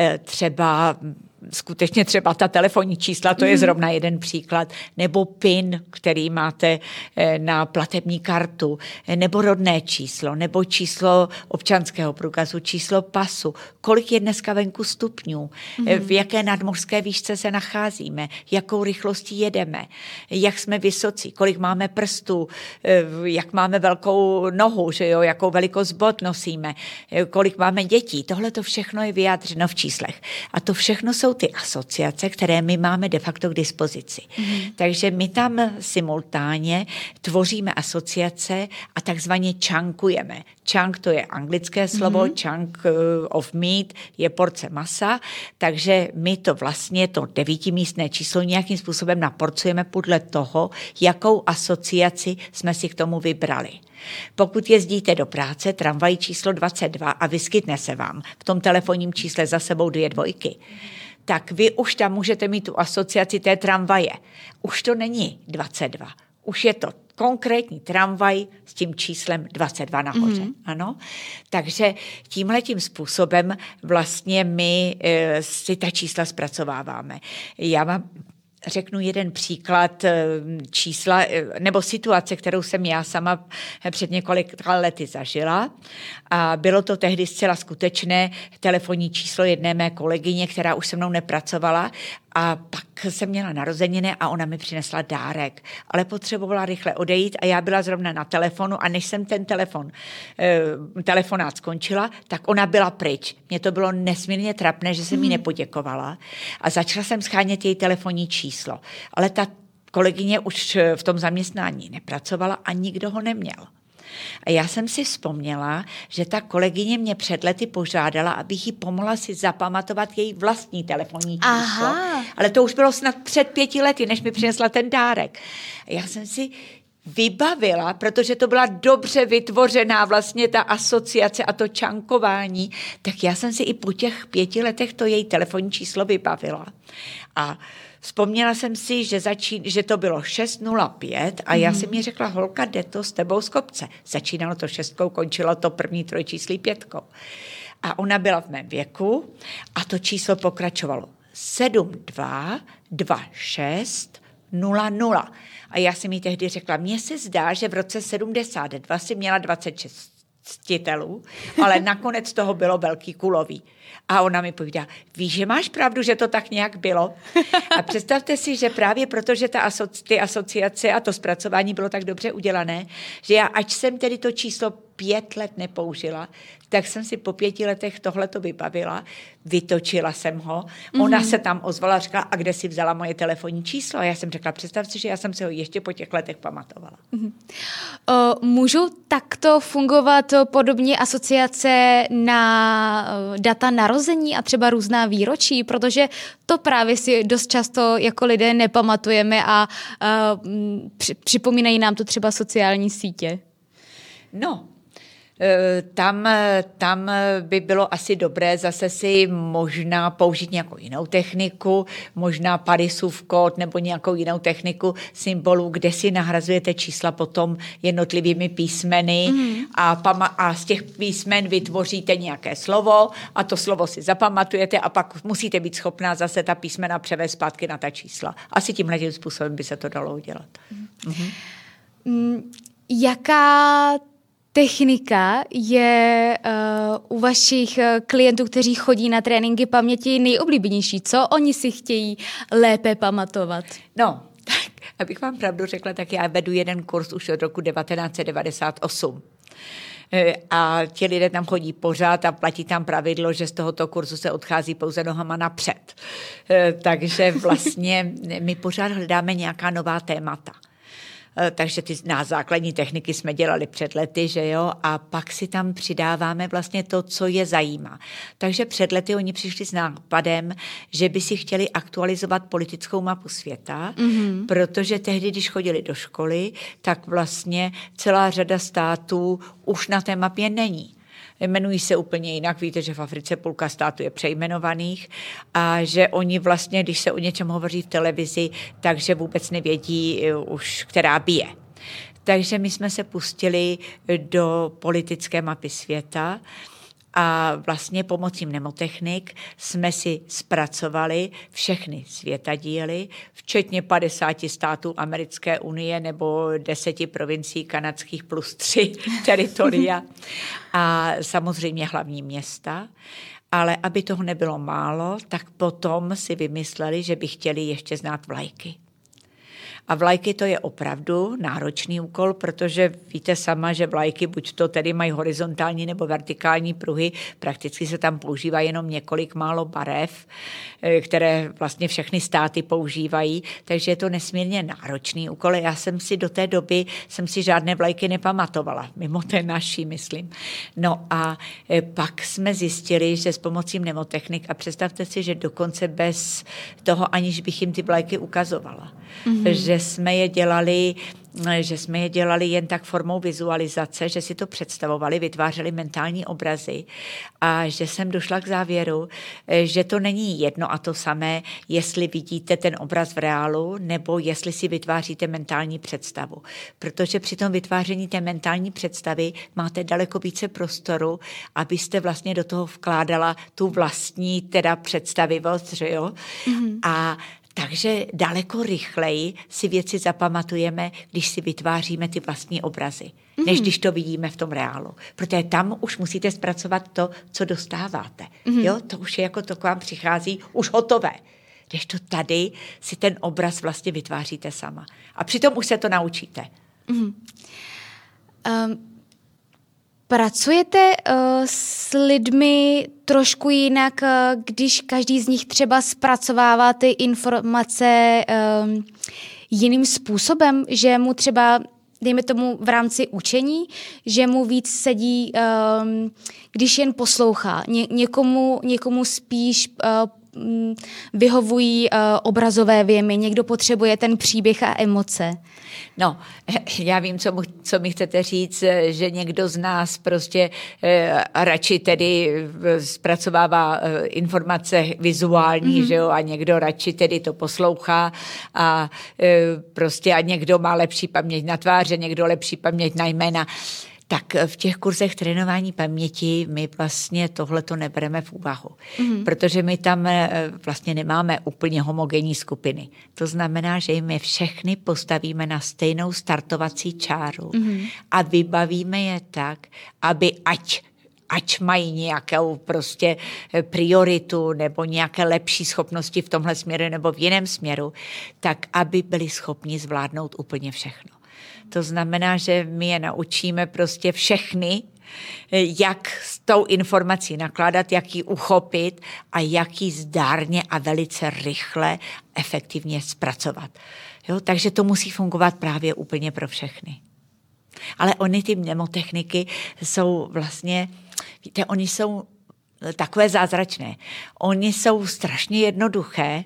Třeba skutečně třeba ta telefonní čísla, to je zrovna jeden příklad, nebo PIN, který máte na platební kartu, nebo rodné číslo, nebo číslo občanského průkazu, číslo pasu, kolik je dneska venku stupňů, mm. v jaké nadmořské výšce se nacházíme, jakou rychlostí jedeme, jak jsme vysocí, kolik máme prstů, jak máme velkou nohu, že jo, jakou velikost bot nosíme, kolik máme dětí. Tohle to všechno je vyjádřeno v číslech. A to všechno jsou ty asociace, které my máme de facto k dispozici. Mm. Takže my tam simultánně tvoříme asociace a takzvaně čankujeme. Chunk to je anglické slovo, mm. chunk of meat je porce masa, takže my to vlastně, to devítimístné číslo nějakým způsobem naporcujeme podle toho, jakou asociaci jsme si k tomu vybrali. Pokud jezdíte do práce tramvají číslo dvacet dva a vyskytne se vám v tom telefonním čísle za sebou dvě dvojky, tak vy už tam můžete mít tu asociaci té tramvaje. Už to není dvacet dva, už je to konkrétní tramvaj s tím číslem dvacet dva nahoře. Mm-hmm. Ano? Takže tímhletím způsobem vlastně my e, si ta čísla zpracováváme. Já vám řeknu jeden příklad čísla nebo situace, kterou jsem já sama před několika lety zažila. A bylo to tehdy zcela skutečné telefonní číslo jedné mé kolegyně, která už se mnou nepracovala. A pak jsem měla narozeniny a ona mi přinesla dárek, ale potřebovala rychle odejít a já byla zrovna na telefonu a než jsem ten telefon, eh, telefonát skončila, tak ona byla pryč. Mně to bylo nesmírně trapné, že jsem jí nepoděkovala a začala jsem schánět její telefonní číslo. Ale ta kolegyně už v tom zaměstnání nepracovala a nikdo ho neměl. A já jsem si vzpomněla, že ta kolegyně mě před lety požádala, abych jí pomohla si zapamatovat její vlastní telefonní číslo. Aha. Ale to už bylo snad před pěti lety, než mi přinesla ten dárek. A já jsem si vybavila, protože to byla dobře vytvořená vlastně ta asociace a to čankování, tak já jsem si i po těch pěti letech to její telefonní číslo vybavila. A vzpomněla jsem si, že, začín, že to bylo šest nula pět a já jsem jí řekla, holka, jde to s tebou z kopce. Začínalo to šestkou, končilo to první trojčíslí pětkou. A ona byla v mém věku a to číslo pokračovalo sedm dva dva šest nula nula. A já jsem jí tehdy řekla, mně se zdá, že v roce sedmdesát dva si měla dvacet šest ctitelů, ale nakonec toho bylo velký kulový. A ona mi povídá, víš, že máš pravdu, že to tak nějak bylo? A představte si, že právě protože ta asoci, ty asociace a to zpracování bylo tak dobře udělané, že já, ač jsem tedy to číslo pět let nepoužila, tak jsem si po pěti letech tohleto vybavila, vytočila jsem ho, ona mm-hmm. se tam ozvala a řekla, a kde si vzala moje telefonní číslo? A já jsem řekla, představ si, že já jsem si ho ještě po těch letech pamatovala. Mm-hmm. O, můžou takto fungovat podobně asociace na data narození a třeba různá výročí, protože to právě si dost často jako lidé nepamatujeme a, a při, připomínají nám to třeba sociální sítě. No, Tam, tam by bylo asi dobré zase si možná použít nějakou jinou techniku, možná Parisův kód nebo nějakou jinou techniku symbolů, kde si nahrazujete čísla potom jednotlivými písmeny mm. a, pama- a z těch písmen vytvoříte nějaké slovo a to slovo si zapamatujete a pak musíte být schopná zase ta písmena převést zpátky na ta čísla. Asi tímhle tím způsobem by se to dalo udělat. Mm. Mm-hmm. Mm, jaká technika je uh, u vašich klientů, kteří chodí na tréninky paměti, nejoblíbenější? Co oni si chtějí lépe pamatovat? No, tak, abych vám pravdu řekla, tak já vedu jeden kurz už od roku devatenáct set devadesát osm. A ti lidé tam chodí pořád a platí tam pravidlo, že z tohoto kurzu se odchází pouze nohama napřed. Takže vlastně my pořád hledáme nějaká nová témata. Takže ty na základní techniky jsme dělali před lety, že jo, a pak si tam přidáváme vlastně to, co je zajímá. Takže před lety oni přišli s nápadem, že by si chtěli aktualizovat politickou mapu světa, mm-hmm. protože tehdy, když chodili do školy, tak vlastně celá řada států už na té mapě není. jmenují se úplně jinak. Víte, že v Africe půlka států je přejmenovaných a že oni vlastně, když se o něčem hovoří v televizi, takže vůbec nevědí už, která bije. Takže my jsme se pustili do politické mapy světa a vlastně pomocí mnemotechnik jsme si zpracovali všechny světadíly, včetně padesáti států Americké unie nebo deseti provincií kanadských plus tři teritoria a samozřejmě hlavní města. Ale aby toho nebylo málo, tak potom si vymysleli, že by chtěli ještě znát vlajky. A vlajky to je opravdu náročný úkol, protože víte sama, že vlajky buď to tedy mají horizontální nebo vertikální pruhy, prakticky se tam používá jenom několik málo barev, které vlastně všechny státy používají, takže je to nesmírně náročný úkol. Já jsem si do té doby, jsem si žádné vlajky nepamatovala, mimo té naší, myslím. No a pak jsme zjistili, že s pomocí mnemotechnik, a představte si, že dokonce bez toho, aniž bych jim ty vlajky ukazovala, mm-hmm. že jsme je dělali, že jsme je dělali jen tak formou vizualizace, že si to představovali, vytvářeli mentální obrazy a že jsem došla k závěru, že to není jedno a to samé, jestli vidíte ten obraz v reálu nebo jestli si vytváříte mentální představu. Protože při tom vytváření té mentální představy máte daleko více prostoru, abyste vlastně do toho vkládala tu vlastní teda představivost, že jo? Mm-hmm. A takže daleko rychleji si věci zapamatujeme, když si vytváříme ty vlastní obrazy, mm-hmm. než když to vidíme v tom reálu. Protože tam už musíte zpracovat to, co dostáváte. Mm-hmm. Jo? To už je jako to k vám přichází už hotové. Když to tady si ten obraz vlastně vytváříte sama. A přitom už se to naučíte. Mm-hmm. Um... Pracujete uh, s lidmi trošku jinak, uh, když každý z nich třeba zpracovává ty informace um, jiným způsobem, že mu třeba, dejme tomu v rámci učení, že mu víc sedí, um, když jen poslouchá. Ně, někomu, někomu spíš uh, vyhovují uh, obrazové věmy, někdo potřebuje ten příběh a emoce. No, já vím, co, mu, co mi chcete říct, že někdo z nás prostě eh, radši tedy zpracovává eh, informace vizuální, mm-hmm. že jo, a někdo radši tedy to poslouchá a eh, prostě a někdo má lepší paměť na tváře, někdo lepší paměť na jména. Tak v těch kurzech trénování paměti my vlastně tohleto nebereme v úvahu, mm-hmm. protože my tam vlastně nemáme úplně homogenní skupiny. To znamená, že jim je všechny postavíme na stejnou startovací čáru mm-hmm. a vybavíme je tak, aby ať ať mají nějakou prostě prioritu nebo nějaké lepší schopnosti v tomhle směru nebo v jiném směru, tak aby byli schopni zvládnout úplně všechno. To znamená, že my je naučíme prostě všechny, jak s tou informací nakládat, jak ji uchopit a jak ji zdárně a velice rychle, efektivně zpracovat. Jo? Takže to musí fungovat právě úplně pro všechny. Ale ony ty mnemotechniky jsou vlastně, víte, oni jsou takové zázračné. Oni jsou strašně jednoduché,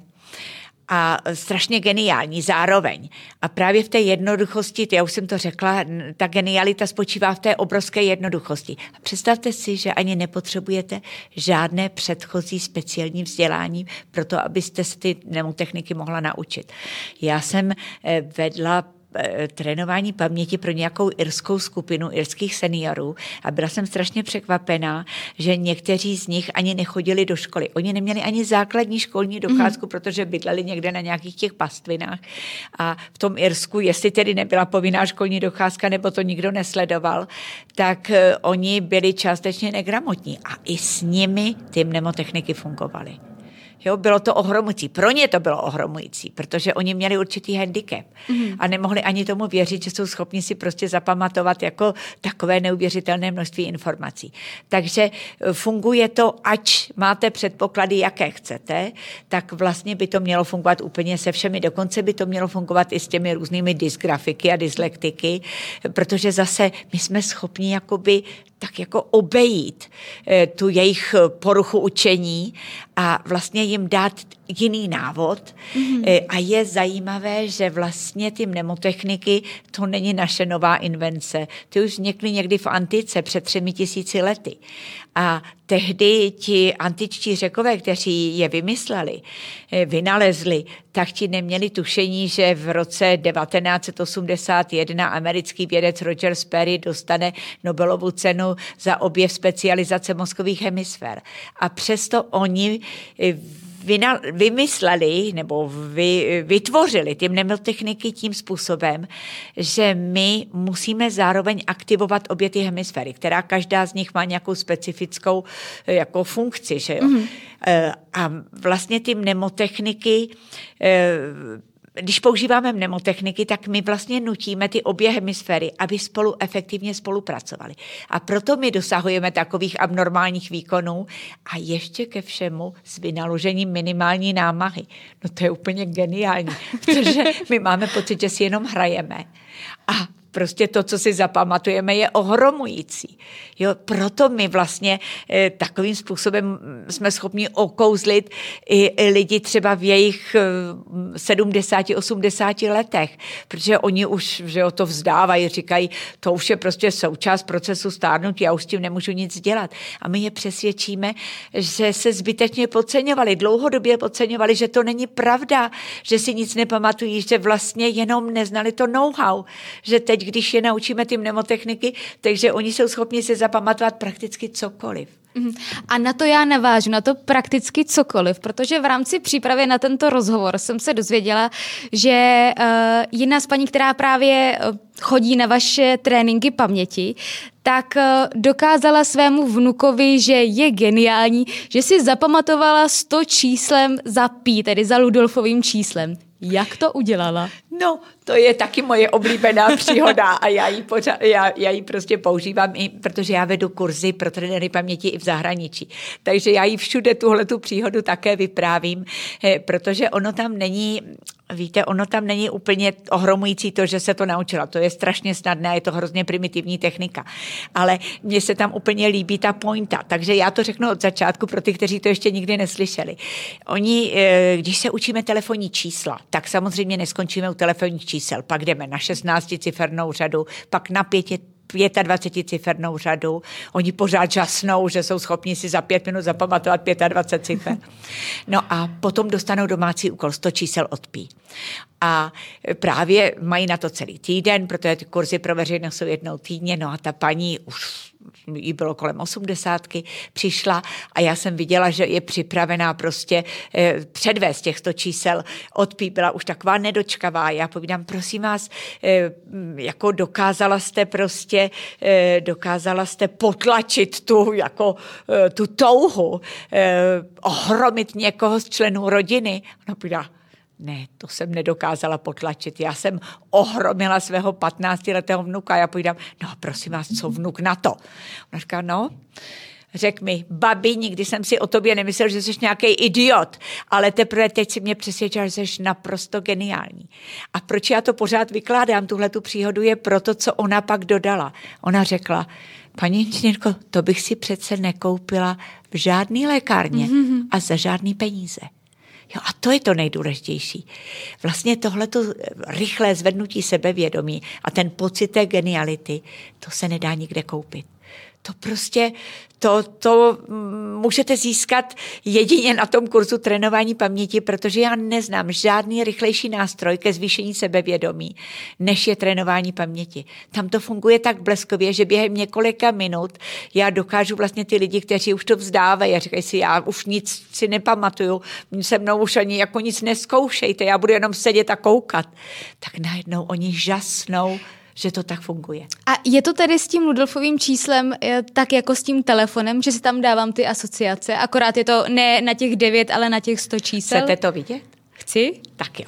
a strašně geniální zároveň. A právě v té jednoduchosti, já už jsem to řekla, ta genialita spočívá v té obrovské jednoduchosti. A představte si, že ani nepotřebujete žádné předchozí speciální vzdělání pro to, abyste se ty mnemotechniky mohla naučit. Já jsem vedla trénování paměti pro nějakou irskou skupinu irských seniorů a byla jsem strašně překvapená, že někteří z nich ani nechodili do školy. Oni neměli ani základní školní docházku, mm. protože bydleli někde na nějakých těch pastvinách a v tom Irsku, jestli tedy nebyla povinná školní docházka, nebo to nikdo nesledoval, tak oni byli částečně negramotní a i s nimi ty mnemotechniky fungovaly. Jo, bylo to ohromující. Pro ně to bylo ohromující, protože oni měli určitý handicap mm-hmm. a nemohli ani tomu věřit, že jsou schopni si prostě zapamatovat jako takové neuvěřitelné množství informací. Takže funguje to, ať máte předpoklady, jaké chcete, tak vlastně by to mělo fungovat úplně se všemi. Dokonce by to mělo fungovat i s těmi různými dysgrafiky a dyslektiky, protože zase my jsme schopni jakoby tak jako obejít tu jejich poruchu učení a vlastně jim dát jiný návod. Mm-hmm. A je zajímavé, že vlastně ty mnemotechniky, to není naše nová invence. Ty už vznikly někdy v antice před třemi tisíci lety. A tehdy ti antičtí Řekové, kteří je vymysleli, vynalezli, tak ti neměli tušení, že v roce devatenáct set osmdesát jedna americký vědec Roger Sperry dostane Nobelovu cenu za objev specializace mozkových hemisfér. A přesto oni vymysleli nebo vy, vytvořili ty mnemotechniky tím způsobem, že my musíme zároveň aktivovat obě ty hemisféry, která každá z nich má nějakou specifickou jako funkci. Že jo? Mm-hmm. A vlastně ty mnemotechniky, když používáme mnemotechniky, tak my vlastně nutíme ty obě hemisféry, aby spolu efektivně spolupracovali. A proto my dosahujeme takových abnormálních výkonů a ještě ke všemu s vynaložením minimální námahy. No to je úplně geniální, protože my máme pocit, že si jenom hrajeme. A prostě to, co si zapamatujeme, je ohromující. Jo, proto my vlastně e, takovým způsobem jsme schopni okouzlit i, i lidi třeba v jejich e, sedmdesáti, osmdesáti letech, protože oni už že jo, to vzdávají, říkají, to už je prostě součást procesu stárnutí, já už s tím nemůžu nic dělat. A my je přesvědčíme, že se zbytečně podceňovali, dlouhodobě podceňovali, že to není pravda, že si nic nepamatují, že vlastně jenom neznali to know-how, že teď když je naučíme ty mnemotechniky, takže oni jsou schopni si zapamatovat prakticky cokoliv. A na to já navážu, na to prakticky cokoliv, protože v rámci přípravy na tento rozhovor jsem se dozvěděla, že uh, jedna z paní, která právě chodí na vaše tréninky paměti, tak uh, dokázala svému vnukovi, že je geniální, že si zapamatovala sto číslem za pí, tedy za Ludolfovým číslem. Jak to udělala? No, to je taky moje oblíbená příhoda a já ji, pořád, já, já ji prostě používám, i, protože já vedu kurzy pro trenéry paměti i v zahraničí. Takže já ji všude tuhletu příhodu také vyprávím, protože ono tam není, víte, ono tam není úplně ohromující to, že se to naučila. To je strašně snadné a je to hrozně primitivní technika. Ale mně se tam úplně líbí ta pointa. Takže já to řeknu od začátku pro ty, kteří to ještě nikdy neslyšeli. Oni, když se učíme telefonní čísla, tak samozřejmě neskončíme u telefonních čísel. Pak jdeme na šestnácticifernou řadu, pak na pěti dvacetipěticifernou řadu. Oni pořád žasnou, že jsou schopni si za pět minut zapamatovat dvacet pět cifer. No a potom dostanou domácí úkol sto čísel od pí. A právě mají na to celý týden, protože ty kurzy pro veřejnost jsou jednou týdně. No a ta paní už jí bylo kolem osmdesátky, přišla a já jsem viděla, že je připravená prostě eh, předvést těch sto čísel od pí, byla už taková nedočkavá. Já povídám, prosím vás, eh, jako dokázala jste prostě, eh, dokázala jste potlačit tu, jako, eh, tu touhu, eh, ohromit někoho z členů rodiny. Ona povídá, ne, to jsem nedokázala potlačit. Já jsem ohromila svého patnáctiletého vnuka. Já povídám, no prosím vás, co vnuk na to? Ona říká, no, řek mi, babi, nikdy jsem si o tobě nemyslel, že jsi nějaký idiot, ale teprve teď si mě přesvědčila, že jsi naprosto geniální. A proč já to pořád vykládám, tuhletu příhodu, je proto, co ona pak dodala. Ona řekla, paní inženýrko, to bych si přece nekoupila v žádný lékárně mm-hmm. a za žádný peníze. Jo, a to je to nejdůležitější. Vlastně tohleto rychlé zvednutí sebevědomí a ten pocit té geniality, to se nedá nikde koupit. To prostě, to, to můžete získat jedině na tom kurzu trénování paměti, protože já neznám žádný rychlejší nástroj ke zvýšení sebevědomí, než je trénování paměti. Tam to funguje tak bleskově, že během několika minut já dokážu vlastně ty lidi, kteří už to vzdávají a říkají si, já už nic si nepamatuju, se mnou už ani jako nic neskoušejte, já budu jenom sedět a koukat. Tak najednou oni žasnou, že to tak funguje. A je to tedy s tím Ludolfovým číslem tak jako s tím telefonem, že si tam dávám ty asociace, akorát je to ne na těch devět, ale na těch sto čísel? Chcete to vidět? Chci. Tak jo.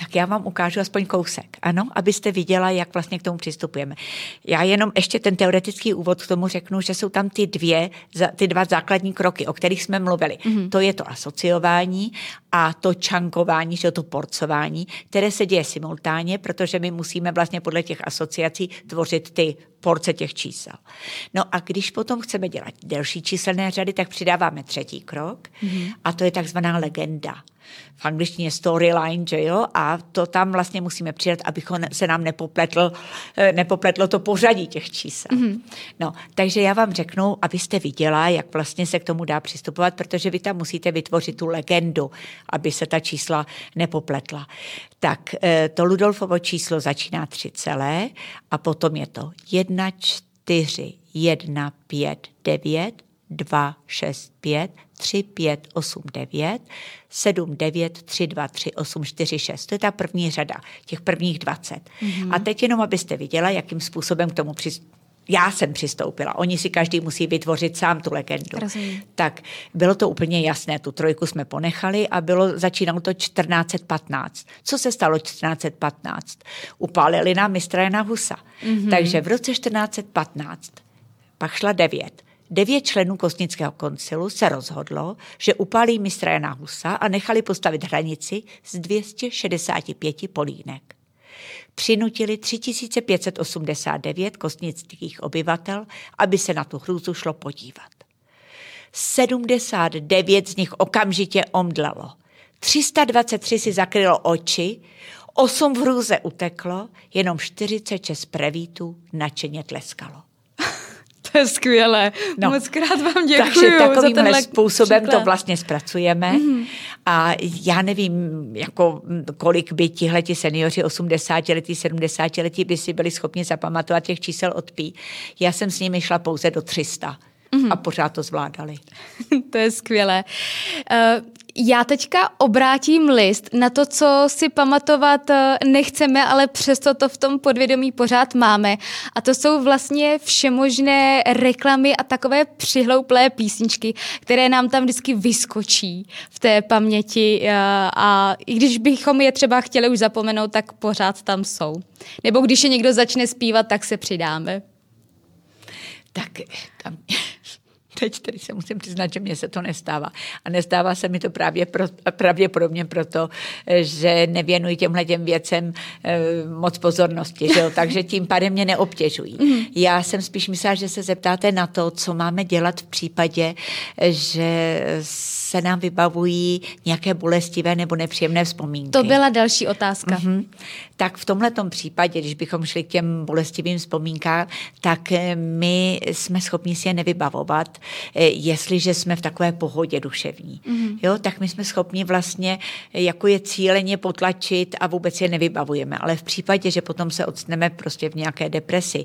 tak já vám ukážu aspoň kousek, ano, abyste viděla, jak vlastně k tomu přistupujeme. Já jenom ještě ten teoretický úvod k tomu řeknu, že jsou tam ty dvě, ty dva základní kroky, o kterých jsme mluvili. Mm-hmm. To je to asociování a to čankování, že to porcování, které se děje simultánně, protože my musíme vlastně podle těch asociací tvořit ty porce těch čísel. No a když potom chceme dělat delší číselné řady, tak přidáváme třetí krok mm-hmm. a to je takzvaná legenda. V angličtině storyline, že jo, a to tam vlastně musíme přidat, abychom se nám nepopletl, nepopletlo to pořadí těch čísel. Mm-hmm. No, takže já vám řeknu, abyste viděla, jak vlastně se k tomu dá přistupovat, protože vy tam musíte vytvořit tu legendu, aby se ta čísla nepopletla. Tak to Ludolfovo číslo začíná tři celé a potom je to jedna, čtyři, jedna, pět, devět, dva, šest, pět, tři, pět, osm, devět, sedm, devět, tři, dva, tři, osm, čtyři, šest. To je ta první řada, těch prvních dvacet. Mm-hmm. A teď jenom, abyste viděla, jakým způsobem k tomu přistoupila. Já jsem přistoupila. Oni si každý musí vytvořit sám tu legendu. Rozumím. Tak bylo to úplně jasné. Tu trojku jsme ponechali a bylo, začínalo to čtrnáct patnáct. Co se stalo čtrnáct patnáct? Upálili nám mistra Jana Husa. Mm-hmm. Takže v roce čtrnáct patnáct pak šla devět. Devět členů Kostnického koncilu se rozhodlo, že upálí mistra Jana Husa a nechali postavit hranici z dvě stě šedesát pět polínek. Přinutili tři tisíce pět set osmdesát devět kostnických obyvatel, aby se na tu hrůzu šlo podívat. sedmdesát devět z nich okamžitě omdlelo. tři sta dvacet tři si zakrylo oči, osm v hrůze uteklo, jenom čtyřicet šest prevítů nadšeně tleskalo. To je skvělé. No. Moc krát vám děkuji. Takže takovýmhle způsobem příklad. To vlastně zpracujeme. Mm-hmm. A já nevím, jako, kolik by tihleti seniori osmdesátiletí, sedmdesátiletí by si byli schopni zapamatovat těch čísel od pí. Já jsem s nimi šla pouze do tři sta. Mm-hmm. A pořád to zvládali. To je skvělé. Uh, já teďka obrátím list na to, co si pamatovat nechceme, ale přesto to v tom podvědomí pořád máme. A to jsou vlastně všemožné reklamy a takové přihlouplé písničky, které nám tam vždycky vyskočí v té paměti a i když bychom je třeba chtěli už zapomenout, tak pořád tam jsou. Nebo když je někdo začne zpívat, tak se přidáme. Tak tam... Teď tedy se musím přiznat, že mně se to nestává. A nestává se mi to právě pro, pravděpodobně proto, že nevěnuji těmhle těm věcem e, moc pozornosti, že jo? Takže tím pádem mě neobtěžují. Mm. Já jsem spíš myslela, že se zeptáte na to, co máme dělat v případě, že se nám vybavují nějaké bolestivé nebo nepříjemné vzpomínky. To byla další otázka. Mm-hmm. Tak v tomhletom případě, když bychom šli k těm bolestivým vzpomínkám, tak my jsme schopni si je nevybavovat, jestliže jsme v takové pohodě duševní. Mm-hmm. Jo, tak my jsme schopni vlastně jako je cíleně potlačit a vůbec je nevybavujeme. Ale v případě, že potom se odstneme prostě v nějaké depresi,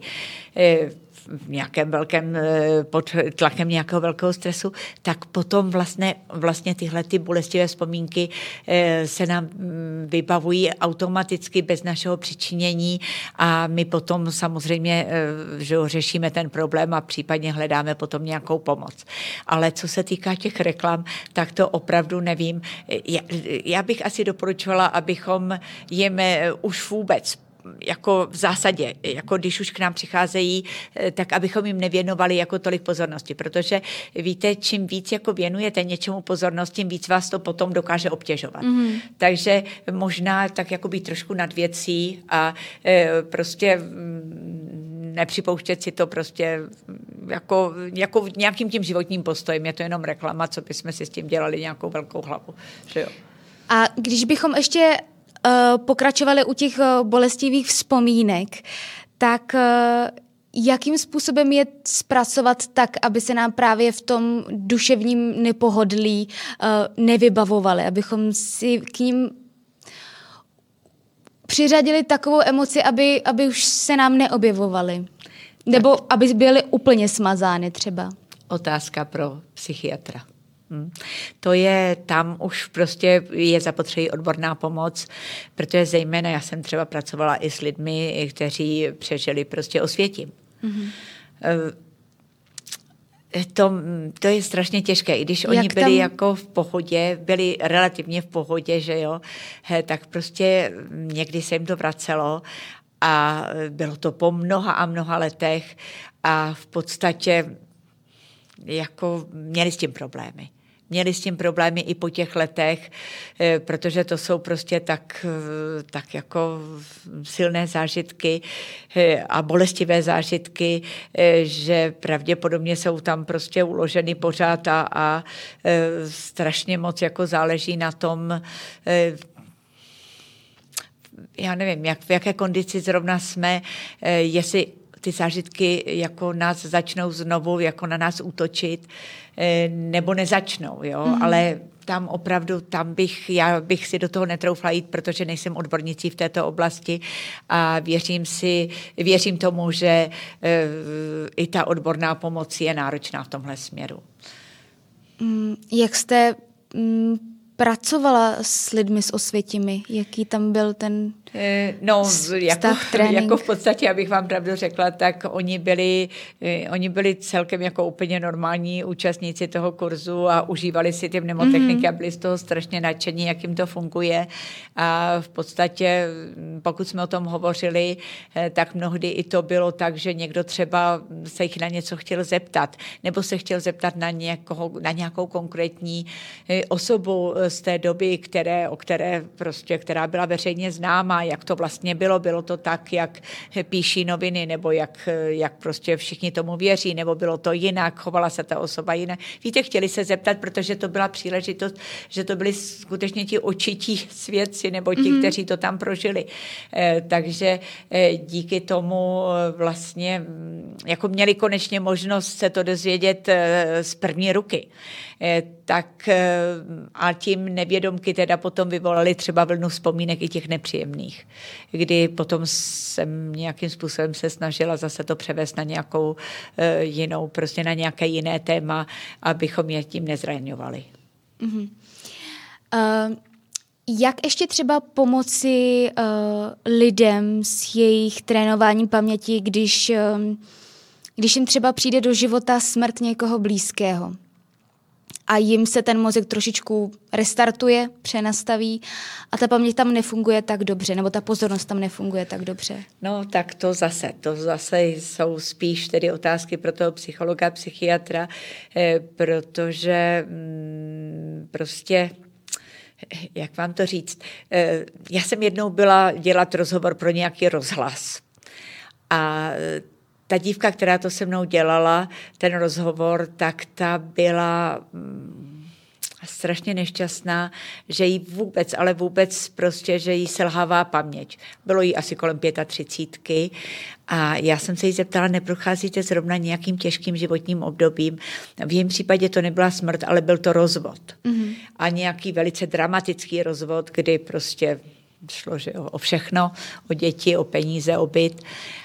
v nějakém velkém, pod tlakem nějakého velkého stresu, tak potom vlastně, vlastně tyhle ty bolestivé vzpomínky se nám vybavují automaticky bez našeho přičinění a my potom samozřejmě že řešíme ten problém a případně hledáme potom nějakou pomoc. Ale co se týká těch reklam, tak to opravdu nevím. Já, já bych asi doporučovala, abychom jim už vůbec jako v zásadě, jako když už k nám přicházejí, tak abychom jim nevěnovali jako tolik pozornosti, protože víte, čím víc jako věnujete něčemu pozornost, tím víc vás to potom dokáže obtěžovat. Mm-hmm. Takže možná tak jako být trošku nad věcí a e, prostě nepřipouštět si to prostě jako, jako nějakým tím životním postojem. Je to jenom reklama, co bychom si s tím dělali nějakou velkou hlavu. Že jo? A když bychom ještě pokračovali u těch bolestivých vzpomínek, tak jakým způsobem je zpracovat tak, aby se nám právě v tom duševním nepohodlí nevybavovali, abychom si k ním přiřadili takovou emoci, aby, aby už se nám neobjevovaly. Nebo tak. Aby byly úplně smazány třeba. Otázka pro psychiatra. Hmm. To je, tam už prostě je zapotřebí odborná pomoc, protože zejména já jsem třeba pracovala i s lidmi, kteří přežili prostě Osvětim. Mm-hmm. To, to je strašně těžké, i když Jak oni byli tam... jako v pohodě, byli relativně v pohodě, že jo, he, tak prostě někdy se jim to vracelo a bylo to po mnoha a mnoha letech a v podstatě jako měli s tím problémy. Měli s tím problémy i po těch letech, protože to jsou prostě tak, tak jako silné zážitky a bolestivé zážitky, že pravděpodobně jsou tam prostě uloženy pořád a, a strašně moc jako záleží na tom, já nevím, jak, v jaké kondici zrovna jsme, jestli ty zážitky jako nás začnou znovu jako na nás útočit, nebo nezačnou, jo, mm. ale tam opravdu, tam bych, já bych si do toho netroufla jít, protože nejsem odbornicí v této oblasti a věřím si, věřím tomu, že i ta odborná pomoc je náročná v tomhle směru. Jak jste pracovala s lidmi s Osvětimi? Jaký tam byl ten no, vztah, jako, trénink? jako v podstatě, abych vám pravdu řekla, tak oni byli, oni byli celkem jako úplně normální účastníci toho kurzu a užívali si ty mnemotechniky mm-hmm. a byli z toho strašně nadšení, jak jim to funguje. A v podstatě, pokud jsme o tom hovořili, tak mnohdy i to bylo tak, že někdo třeba se jich na něco chtěl zeptat, nebo se chtěl zeptat na, někoho, na nějakou konkrétní osobu z té doby, které, o které prostě, která byla veřejně známá, jak to vlastně bylo. Bylo to tak, jak píší noviny, nebo jak, jak prostě všichni tomu věří, nebo bylo to jinak, chovala se ta osoba jinak. Víte, chtěli se zeptat, protože to byla příležitost, že to byli skutečně ti očití svědci, nebo ti, mm-hmm. kteří to tam prožili. Eh, takže eh, díky tomu vlastně jako měli konečně možnost se to dozvědět eh, z první ruky. Eh, tak eh, a tím nevědomky teda potom vyvolali třeba vlnu vzpomínek i těch nepříjemných, kdy potom jsem nějakým způsobem se snažila zase to převést na nějakou uh, jinou, prostě na nějaké jiné téma, abychom je tím nezraňovali. Uh-huh. Uh, jak ještě třeba pomoci uh, lidem s jejich trénováním paměti, když, uh, když jim třeba přijde do života smrt někoho blízkého? A jim se ten mozek trošičku restartuje, přenastaví a ta paměť tam nefunguje tak dobře, nebo ta pozornost tam nefunguje tak dobře. No tak to zase, to zase jsou spíš tedy otázky pro toho psychologa, psychiatra, eh, protože mm, prostě, jak vám to říct, eh, já jsem jednou byla dělat rozhovor pro nějaký rozhlas a ta dívka, která to se mnou dělala, ten rozhovor, tak ta byla mm, strašně nešťastná, že jí vůbec, ale vůbec prostě, že jí selhává paměť. Bylo jí asi kolem třicítky a já jsem se jí zeptala, neprocházíte zrovna nějakým těžkým životním obdobím. V jejím případě to nebyla smrt, ale byl to rozvod. Mm-hmm. A nějaký velice dramatický rozvod, kdy prostě šlo že o všechno, o děti, o peníze, o byt.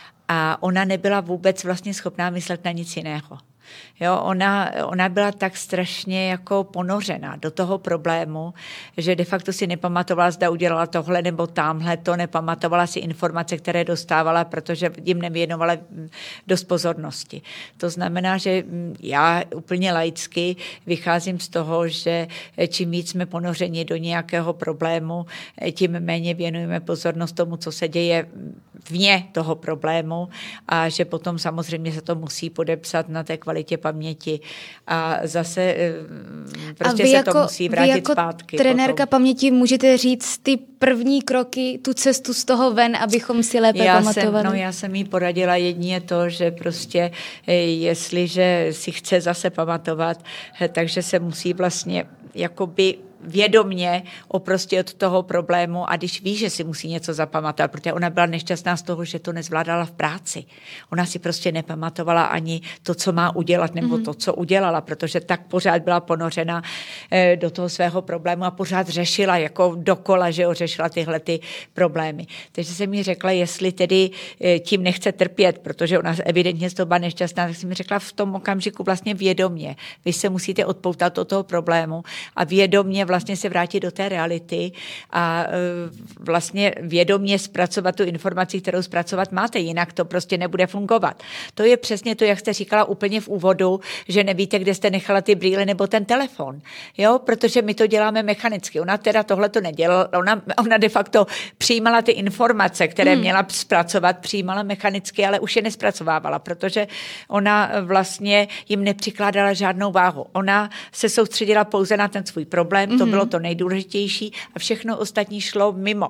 A ona nebyla vůbec vlastně schopná myslet na nic jiného. Jo, ona, ona byla tak strašně jako ponořena do toho problému, že de facto si nepamatovala, zda udělala tohle nebo tamhle to, nepamatovala si informace, které dostávala, protože jim nevěnovala dost pozornosti. To znamená, že já úplně laicky vycházím z toho, že čím víc jsme ponořeni do nějakého problému, tím méně věnujeme pozornost tomu, co se děje vně toho problému a že potom samozřejmě se to musí podepsat na té kvalitě paměti a zase prostě a se jako, to musí vrátit vy jako zpátky. trenérka potom. Paměti můžete říct ty první kroky, tu cestu z toho ven, abychom si lépe já pamatovali? Jsem, no já jsem jí poradila jedině to, že prostě jestliže si chce zase pamatovat, takže se musí vlastně jakoby vědomně oprostit od toho problému a když ví, že si musí něco zapamatovat, protože ona byla nešťastná z toho, že to nezvládala v práci. Ona si prostě nepamatovala ani to, co má udělat, nebo mm-hmm. to, co udělala, protože tak pořád byla ponořena eh, do toho svého problému a pořád řešila jako dokola, že jo, řešila tyhle ty problémy. Takže jsem mi řekla, jestli tedy eh, tím nechce trpět, protože ona evidentně z toho byla nešťastná, tak jsem mi řekla v tom okamžiku vlastně vědomě. Vy se musíte odpoutat od toho problému a vědomě vlastně se vrátit do té reality a vlastně vědomě zpracovat tu informaci, kterou zpracovat máte, jinak to prostě nebude fungovat. To je přesně to, jak jste říkala úplně v úvodu, že nevíte, kde jste nechala ty brýle nebo ten telefon, jo, protože my to děláme mechanicky. Ona teda tohle to nedělala, ona, ona de facto přijímala ty informace, které hmm. měla zpracovat, přijímala mechanicky, ale už je nespracovávala, protože ona vlastně jim nepřikládala žádnou váhu. Ona se soustředila pouze na ten svůj problém, to mm-hmm. bylo to nejdůležitější a všechno ostatní šlo mimo.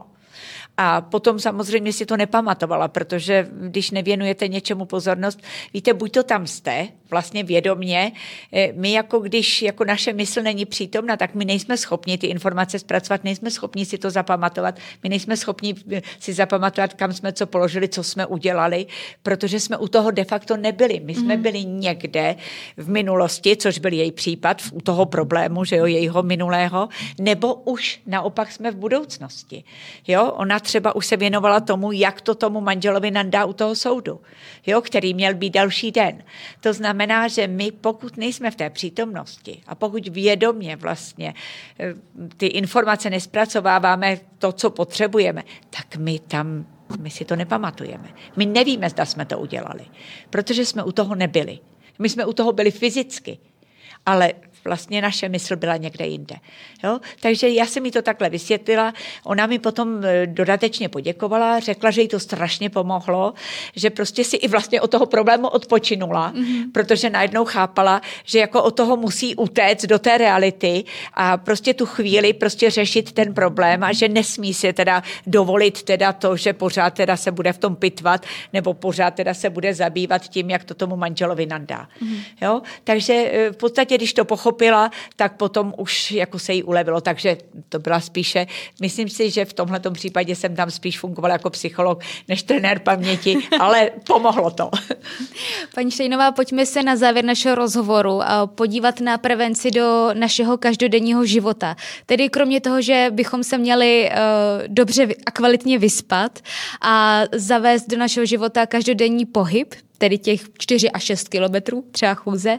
A potom samozřejmě si to nepamatovala, protože když nevěnujete něčemu pozornost, víte, buď to tam jste, vlastně vědomně, my jako když jako naše mysl není přítomna, tak my nejsme schopni ty informace zpracovat, nejsme schopni si to zapamatovat, my nejsme schopni si zapamatovat, kam jsme co položili, co jsme udělali, protože jsme u toho de facto nebyli. My jsme mm. byli někde v minulosti, což byl její případ, u toho problému, že jo, jejího minulého, nebo už naopak jsme v budoucnosti. Jo, ona třeba už se věnovala tomu, jak to tomu manželovi nandá u toho soudu, jo, který měl být další den. To znamená, že my, pokud nejsme v té přítomnosti a pokud vědomě vlastně ty informace nespracováváme to, co potřebujeme, tak my tam, my si to nepamatujeme. My nevíme, zda jsme to udělali, protože jsme u toho nebyli. My jsme u toho byli fyzicky, ale vlastně naše mysl byla někde jinde. Jo? Takže já jsem jí to takhle vysvětlila, ona mi potom dodatečně poděkovala, řekla, že jí to strašně pomohlo, že prostě si i vlastně od toho problému odpočinula, mm-hmm. protože najednou chápala, že jako od toho musí utéct do té reality a prostě tu chvíli prostě řešit ten problém a že nesmí si teda dovolit teda to, že pořád teda se bude v tom pitvat nebo pořád teda se bude zabývat tím, jak to tomu manželovi nandá. Mm-hmm. Jo? Takže v podstatě, když to pochopila, tak potom už jako se jí ulevilo, takže to byla spíše, myslím si, že v tomhletom případě jsem tam spíš fungovala jako psycholog než trenér paměti, ale pomohlo to. Paní Štejnová, pojďme se na závěr našeho rozhovoru podívat na prevenci do našeho každodenního života. Tedy kromě toho, že bychom se měli uh, dobře a kvalitně vyspat a zavést do našeho života každodenní pohyb, tedy těch čtyři až šest kilometrů, třeba chůze,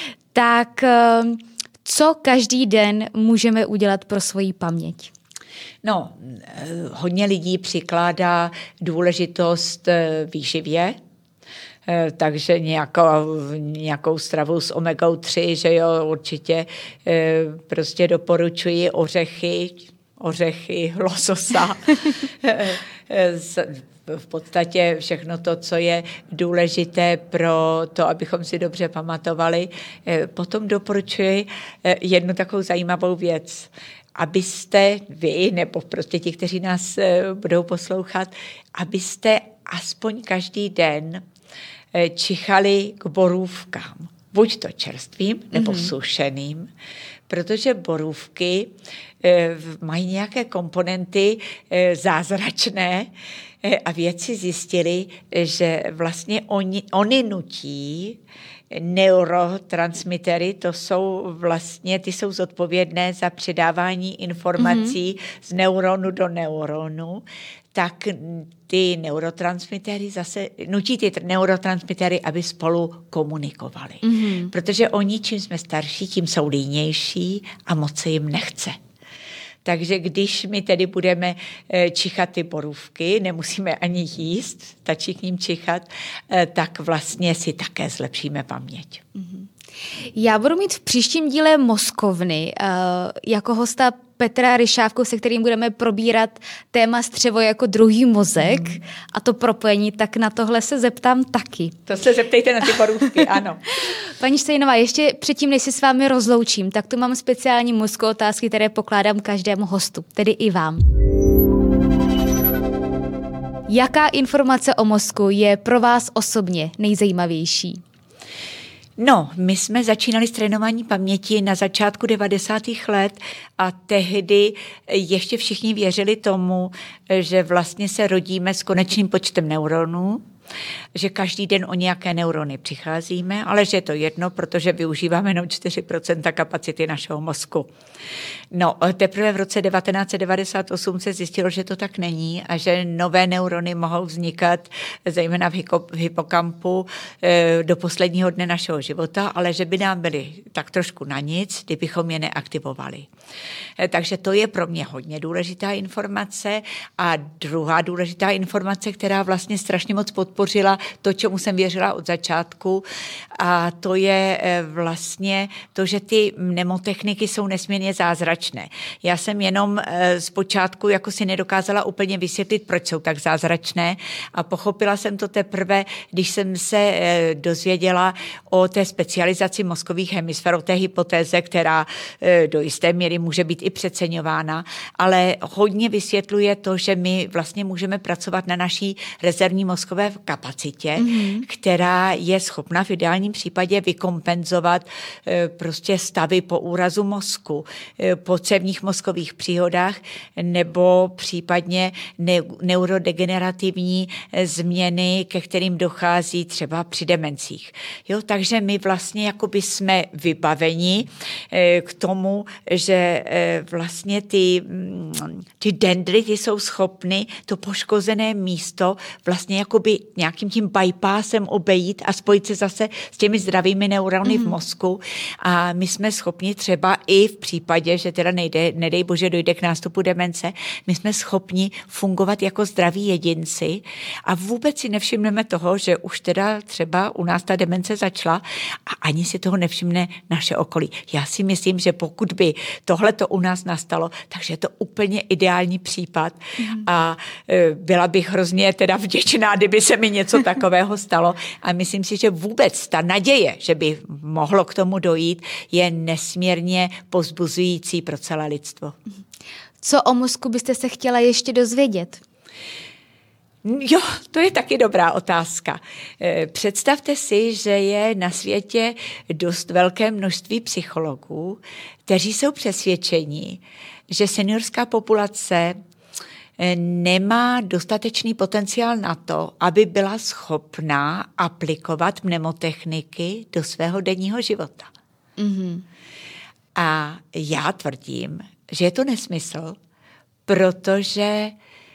tak co každý den můžeme udělat pro svoji paměť? No, hodně lidí přikládá důležitost výživě, takže nějakou, nějakou stravu s omegou tři, že jo, určitě prostě doporučuji ořechy, ořechy, lososa, v podstatě všechno to, co je důležité pro to, abychom si dobře pamatovali. Potom doporučuji jednu takovou zajímavou věc, abyste vy, nebo prostě ti, kteří nás budou poslouchat, abyste aspoň každý den čichali k borůvkám. Buď to čerstvým, nebo mm-hmm. sušeným, protože borůvky mají nějaké komponenty zázračné, a vědci zjistili, že vlastně oni, oni nutí neurotransmitery, to jsou vlastně, ty jsou zodpovědné za předávání informací mm-hmm. z neuronu do neuronu, tak ty neurotransmitery zase, nutí ty neurotransmitery, aby spolu komunikovali. Mm-hmm. Protože oni, čím jsme starší, tím jsou línější a moc se jim nechce. Takže když my tedy budeme čichat ty borůvky, nemusíme ani jíst, stačí k ním čichat, tak vlastně si také zlepšíme paměť. Já budu mít v příštím díle Mozkovny jako hosta Petra Ryšávku, se kterým budeme probírat téma střevo jako druhý mozek mm. a to propojení, tak na tohle se zeptám taky. To se zeptejte na ty borůvky, ano. Paní Štejnová, ještě předtím, než se s vámi rozloučím, tak tu mám speciální mozkové otázky, které pokládám každému hostu, tedy i vám. Jaká informace o mozku je pro vás osobně nejzajímavější? No, my jsme začínali s trénováním paměti na začátku devadesátých let a tehdy ještě všichni věřili tomu, že vlastně se rodíme s konečným počtem neuronů že každý den o nějaké neurony přicházíme, ale že je to jedno, protože využíváme jenom čtyři procenta kapacity našeho mozku. No, teprve v roce devatenáct set devadesát osm se zjistilo, že to tak není a že nové neurony mohou vznikat zejména v, hypo, v hypokampu e, do posledního dne našeho života, ale že by nám byly tak trošku na nic, kdybychom je neaktivovali. E, takže to je pro mě hodně důležitá informace a druhá důležitá informace, která vlastně strašně moc podpořila to, čemu jsem věřila od začátku, a to je e, vlastně to, že ty mnemotechniky jsou nesmírně zázračné. Já jsem jenom e, zpočátku jako si nedokázala úplně vysvětlit, proč jsou tak zázračné, a pochopila jsem to teprve, když jsem se e, dozvěděla o té specializaci mozkových hemisfér, o té hypotéze, která e, do jisté míry může být i přeceňována, ale hodně vysvětluje to, že my vlastně můžeme pracovat na naší rezervní mozkové kapacitě, mm-hmm. která je schopna v ideálním případě vykompenzovat e, prostě stavy po úrazu mozku, e, po cévních mozkových příhodách nebo případně ne, neurodegenerativní e, změny, ke kterým dochází třeba při demencích. Jo, takže my vlastně jakoby jsme vybaveni e, k tomu, že e, vlastně ty, ty dendrity jsou schopny to poškozené místo vlastně jakoby nějakým tím bypassem obejít a spojit se zase s těmi zdravými neurony mm-hmm. v mozku, a my jsme schopni třeba i v případě, že teda nejde, nedej bože dojde k nástupu demence, my jsme schopni fungovat jako zdraví jedinci a vůbec si nevšimneme toho, že už teda třeba u nás ta demence začala a ani si toho nevšimne naše okolí. Já si myslím, že pokud by tohleto u nás nastalo, takže je to úplně ideální případ mm. a e, byla bych hrozně teda vděčná, kdyby se mi něco takového stalo, a myslím si, že vůbec ta naděje, že by mohlo k tomu dojít, je nesmírně povzbuzující pro celé lidstvo. Co o mozku byste se chtěla ještě dozvědět? Jo, to je taky dobrá otázka. Představte si, že je na světě dost velké množství psychologů, kteří jsou přesvědčeni, že seniorská populace nemá dostatečný potenciál na to, aby byla schopná aplikovat mnemotechniky do svého denního života. Mm-hmm. A já tvrdím, že je to nesmysl, protože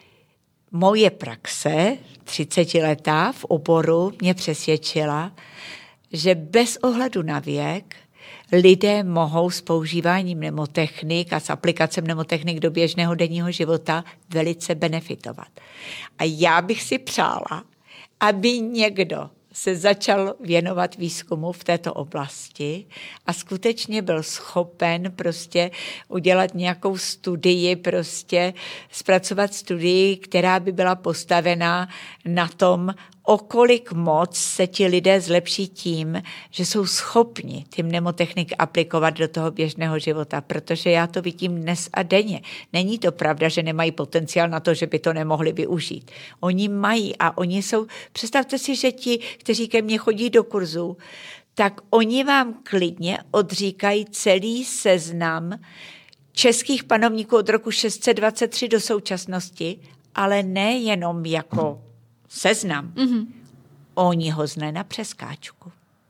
moje praxe, třicetiletá v oboru, mě přesvědčila, že bez ohledu na věk lidé mohou s používáním mnemotechnik a s aplikací mnemotechnik do běžného denního života velice benefitovat. A já bych si přála, aby někdo se začal věnovat výzkumu v této oblasti a skutečně byl schopen prostě udělat nějakou studii, prostě zpracovat studii, která by byla postavená na tom, o kolik moc se ti lidé zlepší tím, že jsou schopni ty mnemotechniky aplikovat do toho běžného života, protože já to vidím dnes a denně. Není to pravda, že nemají potenciál na to, že by to nemohli využít. Oni mají a oni jsou, představte si, že ti, kteří ke mně chodí do kurzu, tak oni vám klidně odříkají celý seznam českých panovníků od roku šest set dvacet tři do současnosti, ale nejenom jako seznam. Mm-hmm. Oni ho znají na přeskáčku.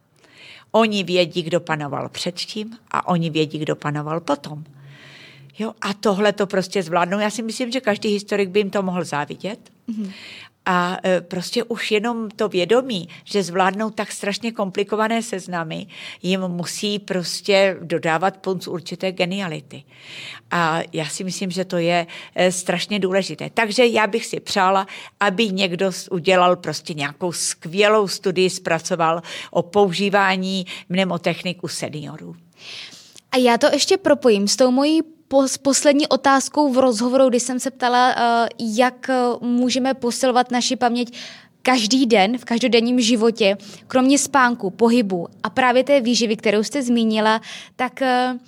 Oni vědí, kdo panoval předtím a oni vědí, kdo panoval potom. Jo, a tohle to prostě zvládnou. Já si myslím, že každý historik by jim to mohl závidět. Mm-hmm. A e, prostě už jenom to vědomí, že zvládnou tak strašně komplikované seznamy, jim musí prostě dodávat punc určité geniality. A já si myslím, že to je e, strašně důležité. Takže já bych si přála, aby někdo udělal prostě nějakou skvělou studii, zpracoval o používání mnemotechnik u seniorů. A já to ještě propojím s tou mojí s poslední otázkou v rozhovoru, kdy jsem se ptala, jak můžeme posilovat naši paměť každý den, v každodenním životě, kromě spánku, pohybu a právě té výživy, kterou jste zmínila, tak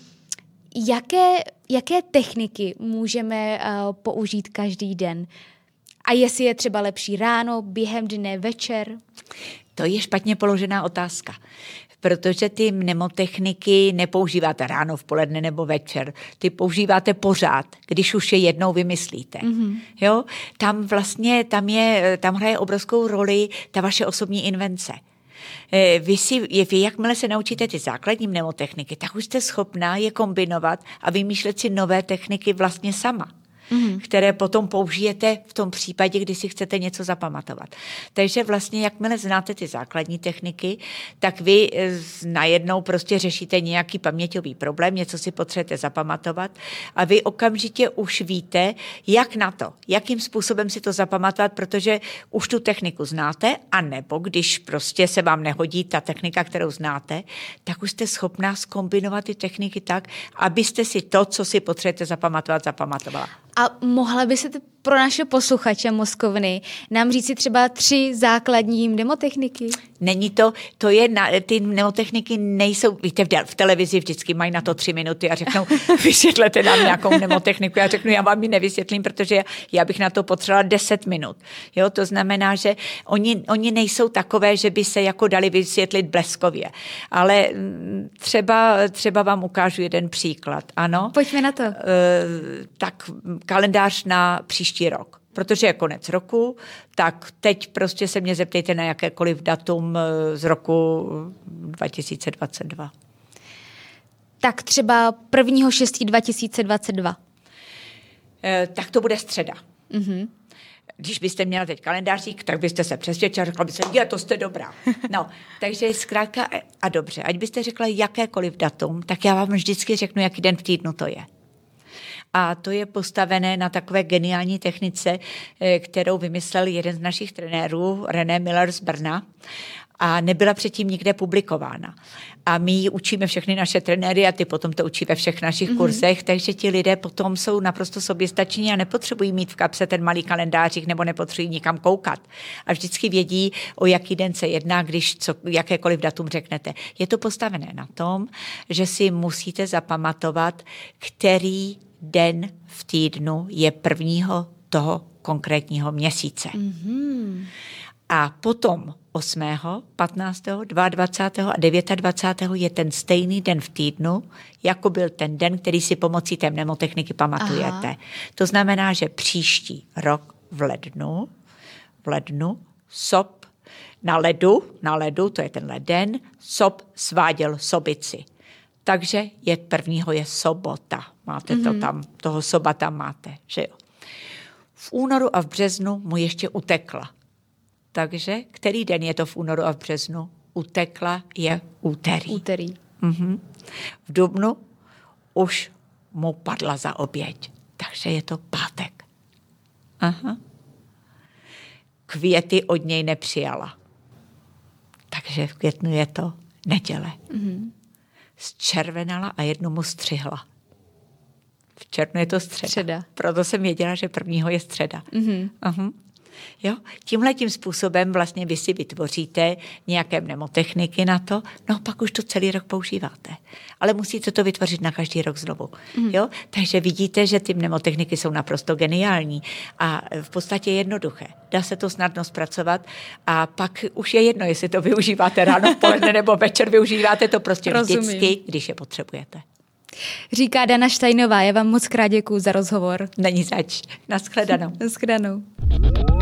jaké, jaké techniky můžeme použít každý den? A jestli je třeba lepší ráno, během dne, večer? To je špatně položená otázka, protože ty mnemotechniky nepoužíváte ráno, v poledne nebo večer. Ty používáte pořád, když už je jednou vymyslíte. Mm-hmm. Jo? Tam vlastně, tam, je, tam hraje obrovskou roli ta vaše osobní invence. Vy si, vy, jakmile se naučíte ty základní mnemotechniky, tak už jste schopná je kombinovat a vymýšlet si nové techniky vlastně sama. Mm-hmm. Které potom použijete v tom případě, kdy si chcete něco zapamatovat. Takže vlastně, jakmile znáte ty základní techniky, tak vy najednou prostě řešíte nějaký paměťový problém, něco si potřebujete zapamatovat a vy okamžitě už víte, jak na to, jakým způsobem si to zapamatovat, protože už tu techniku znáte, anebo když prostě se vám nehodí ta technika, kterou znáte, tak už jste schopná zkombinovat ty techniky tak, abyste si to, co si potřebujete zapamatovat, zapamatovala. A mohla by se pro naše posluchače mozkovny nám říct si třeba tři základní mnemotechniky? Není to, to je, na, ty mnemotechniky nejsou, víte, v, v televizi vždycky mají na to tři minuty a řeknou, vysvětlete nám nějakou mnemotechniku. Já řeknu, já vám ji nevysvětlím, protože já, já bych na to potřebovala deset minut. Jo, to znamená, že oni, oni nejsou takové, že by se jako dali vysvětlit bleskově. Ale třeba, třeba vám ukážu jeden příklad. Ano. Pojďme na to. E, tak kalendář na příští rok. Protože je konec roku, tak teď prostě se mě zeptejte na jakékoliv datum z roku dva tisíce dvacet dva. Tak třeba prvního šestého dva tisíce dvacet dva. E, tak to bude středa. Mhm. Když byste měla teď kalendářík, tak byste se přesvědčila, řekla byste, je, to jste dobrá. No, takže zkrátka a dobře, ať byste řekla jakékoliv datum, tak já vám vždycky řeknu, jaký den v týdnu to je. A to je postavené na takové geniální technice, kterou vymyslel jeden z našich trenérů, René Miller z Brna. A nebyla předtím nikde publikována. A my ji učíme všechny naše trenéry a ty potom to učí ve všech našich mm-hmm. kurzech, takže ti lidé potom jsou naprosto soběstační a nepotřebují mít v kapse ten malý kalendářik nebo nepotřebují nikam koukat. A vždycky vědí, o jaký den se jedná, když co, jakékoliv datum řeknete. Je to postavené na tom, že si musíte zapamatovat, který den v týdnu je prvního toho konkrétního měsíce. Mm-hmm. A potom osmého, patnáctého, dvacátého a dvacátého devátého je ten stejný den v týdnu, jako byl ten den, který si pomocí té mnemotechniky pamatujete. Aha. To znamená, že příští rok v lednu, v lednu Sob na ledu, na ledu, to je ten leden, Sob sváděl sobici. Takže je prvního je sobota. Máte mm-hmm. to tam, toho Soba tam máte, že jo. V únoru a v březnu mu ještě utekla. Takže který den je to v únoru a v březnu? Utekla je úterý. Úterý. Mhm. V dubnu už mu padla za oběť. Takže je to pátek. Aha. Květy od něj nepřijala. Takže v květnu je to neděle. Mhm. Zčervenala a jednu mu střihla. V červnu je to středa. středa. Proto jsem věděla, že prvního je středa. Mhm. Aha. Jo? Tímhletím způsobem vlastně vy si vytvoříte nějaké mnemotechniky na to, no pak už to celý rok používáte. Ale musíte to vytvořit na každý rok znovu. Mm. Jo? Takže vidíte, že ty mnemotechniky jsou naprosto geniální a v podstatě jednoduché. Dá se to snadno zpracovat a pak už je jedno, jestli to využíváte ráno, v poledne nebo večer, využíváte to prostě Rozumím. vždycky, když je potřebujete. Říká Dana Steinová, já vám moc krát děkuju za rozhovor. Není zač. Naschledanou. Naschledanou.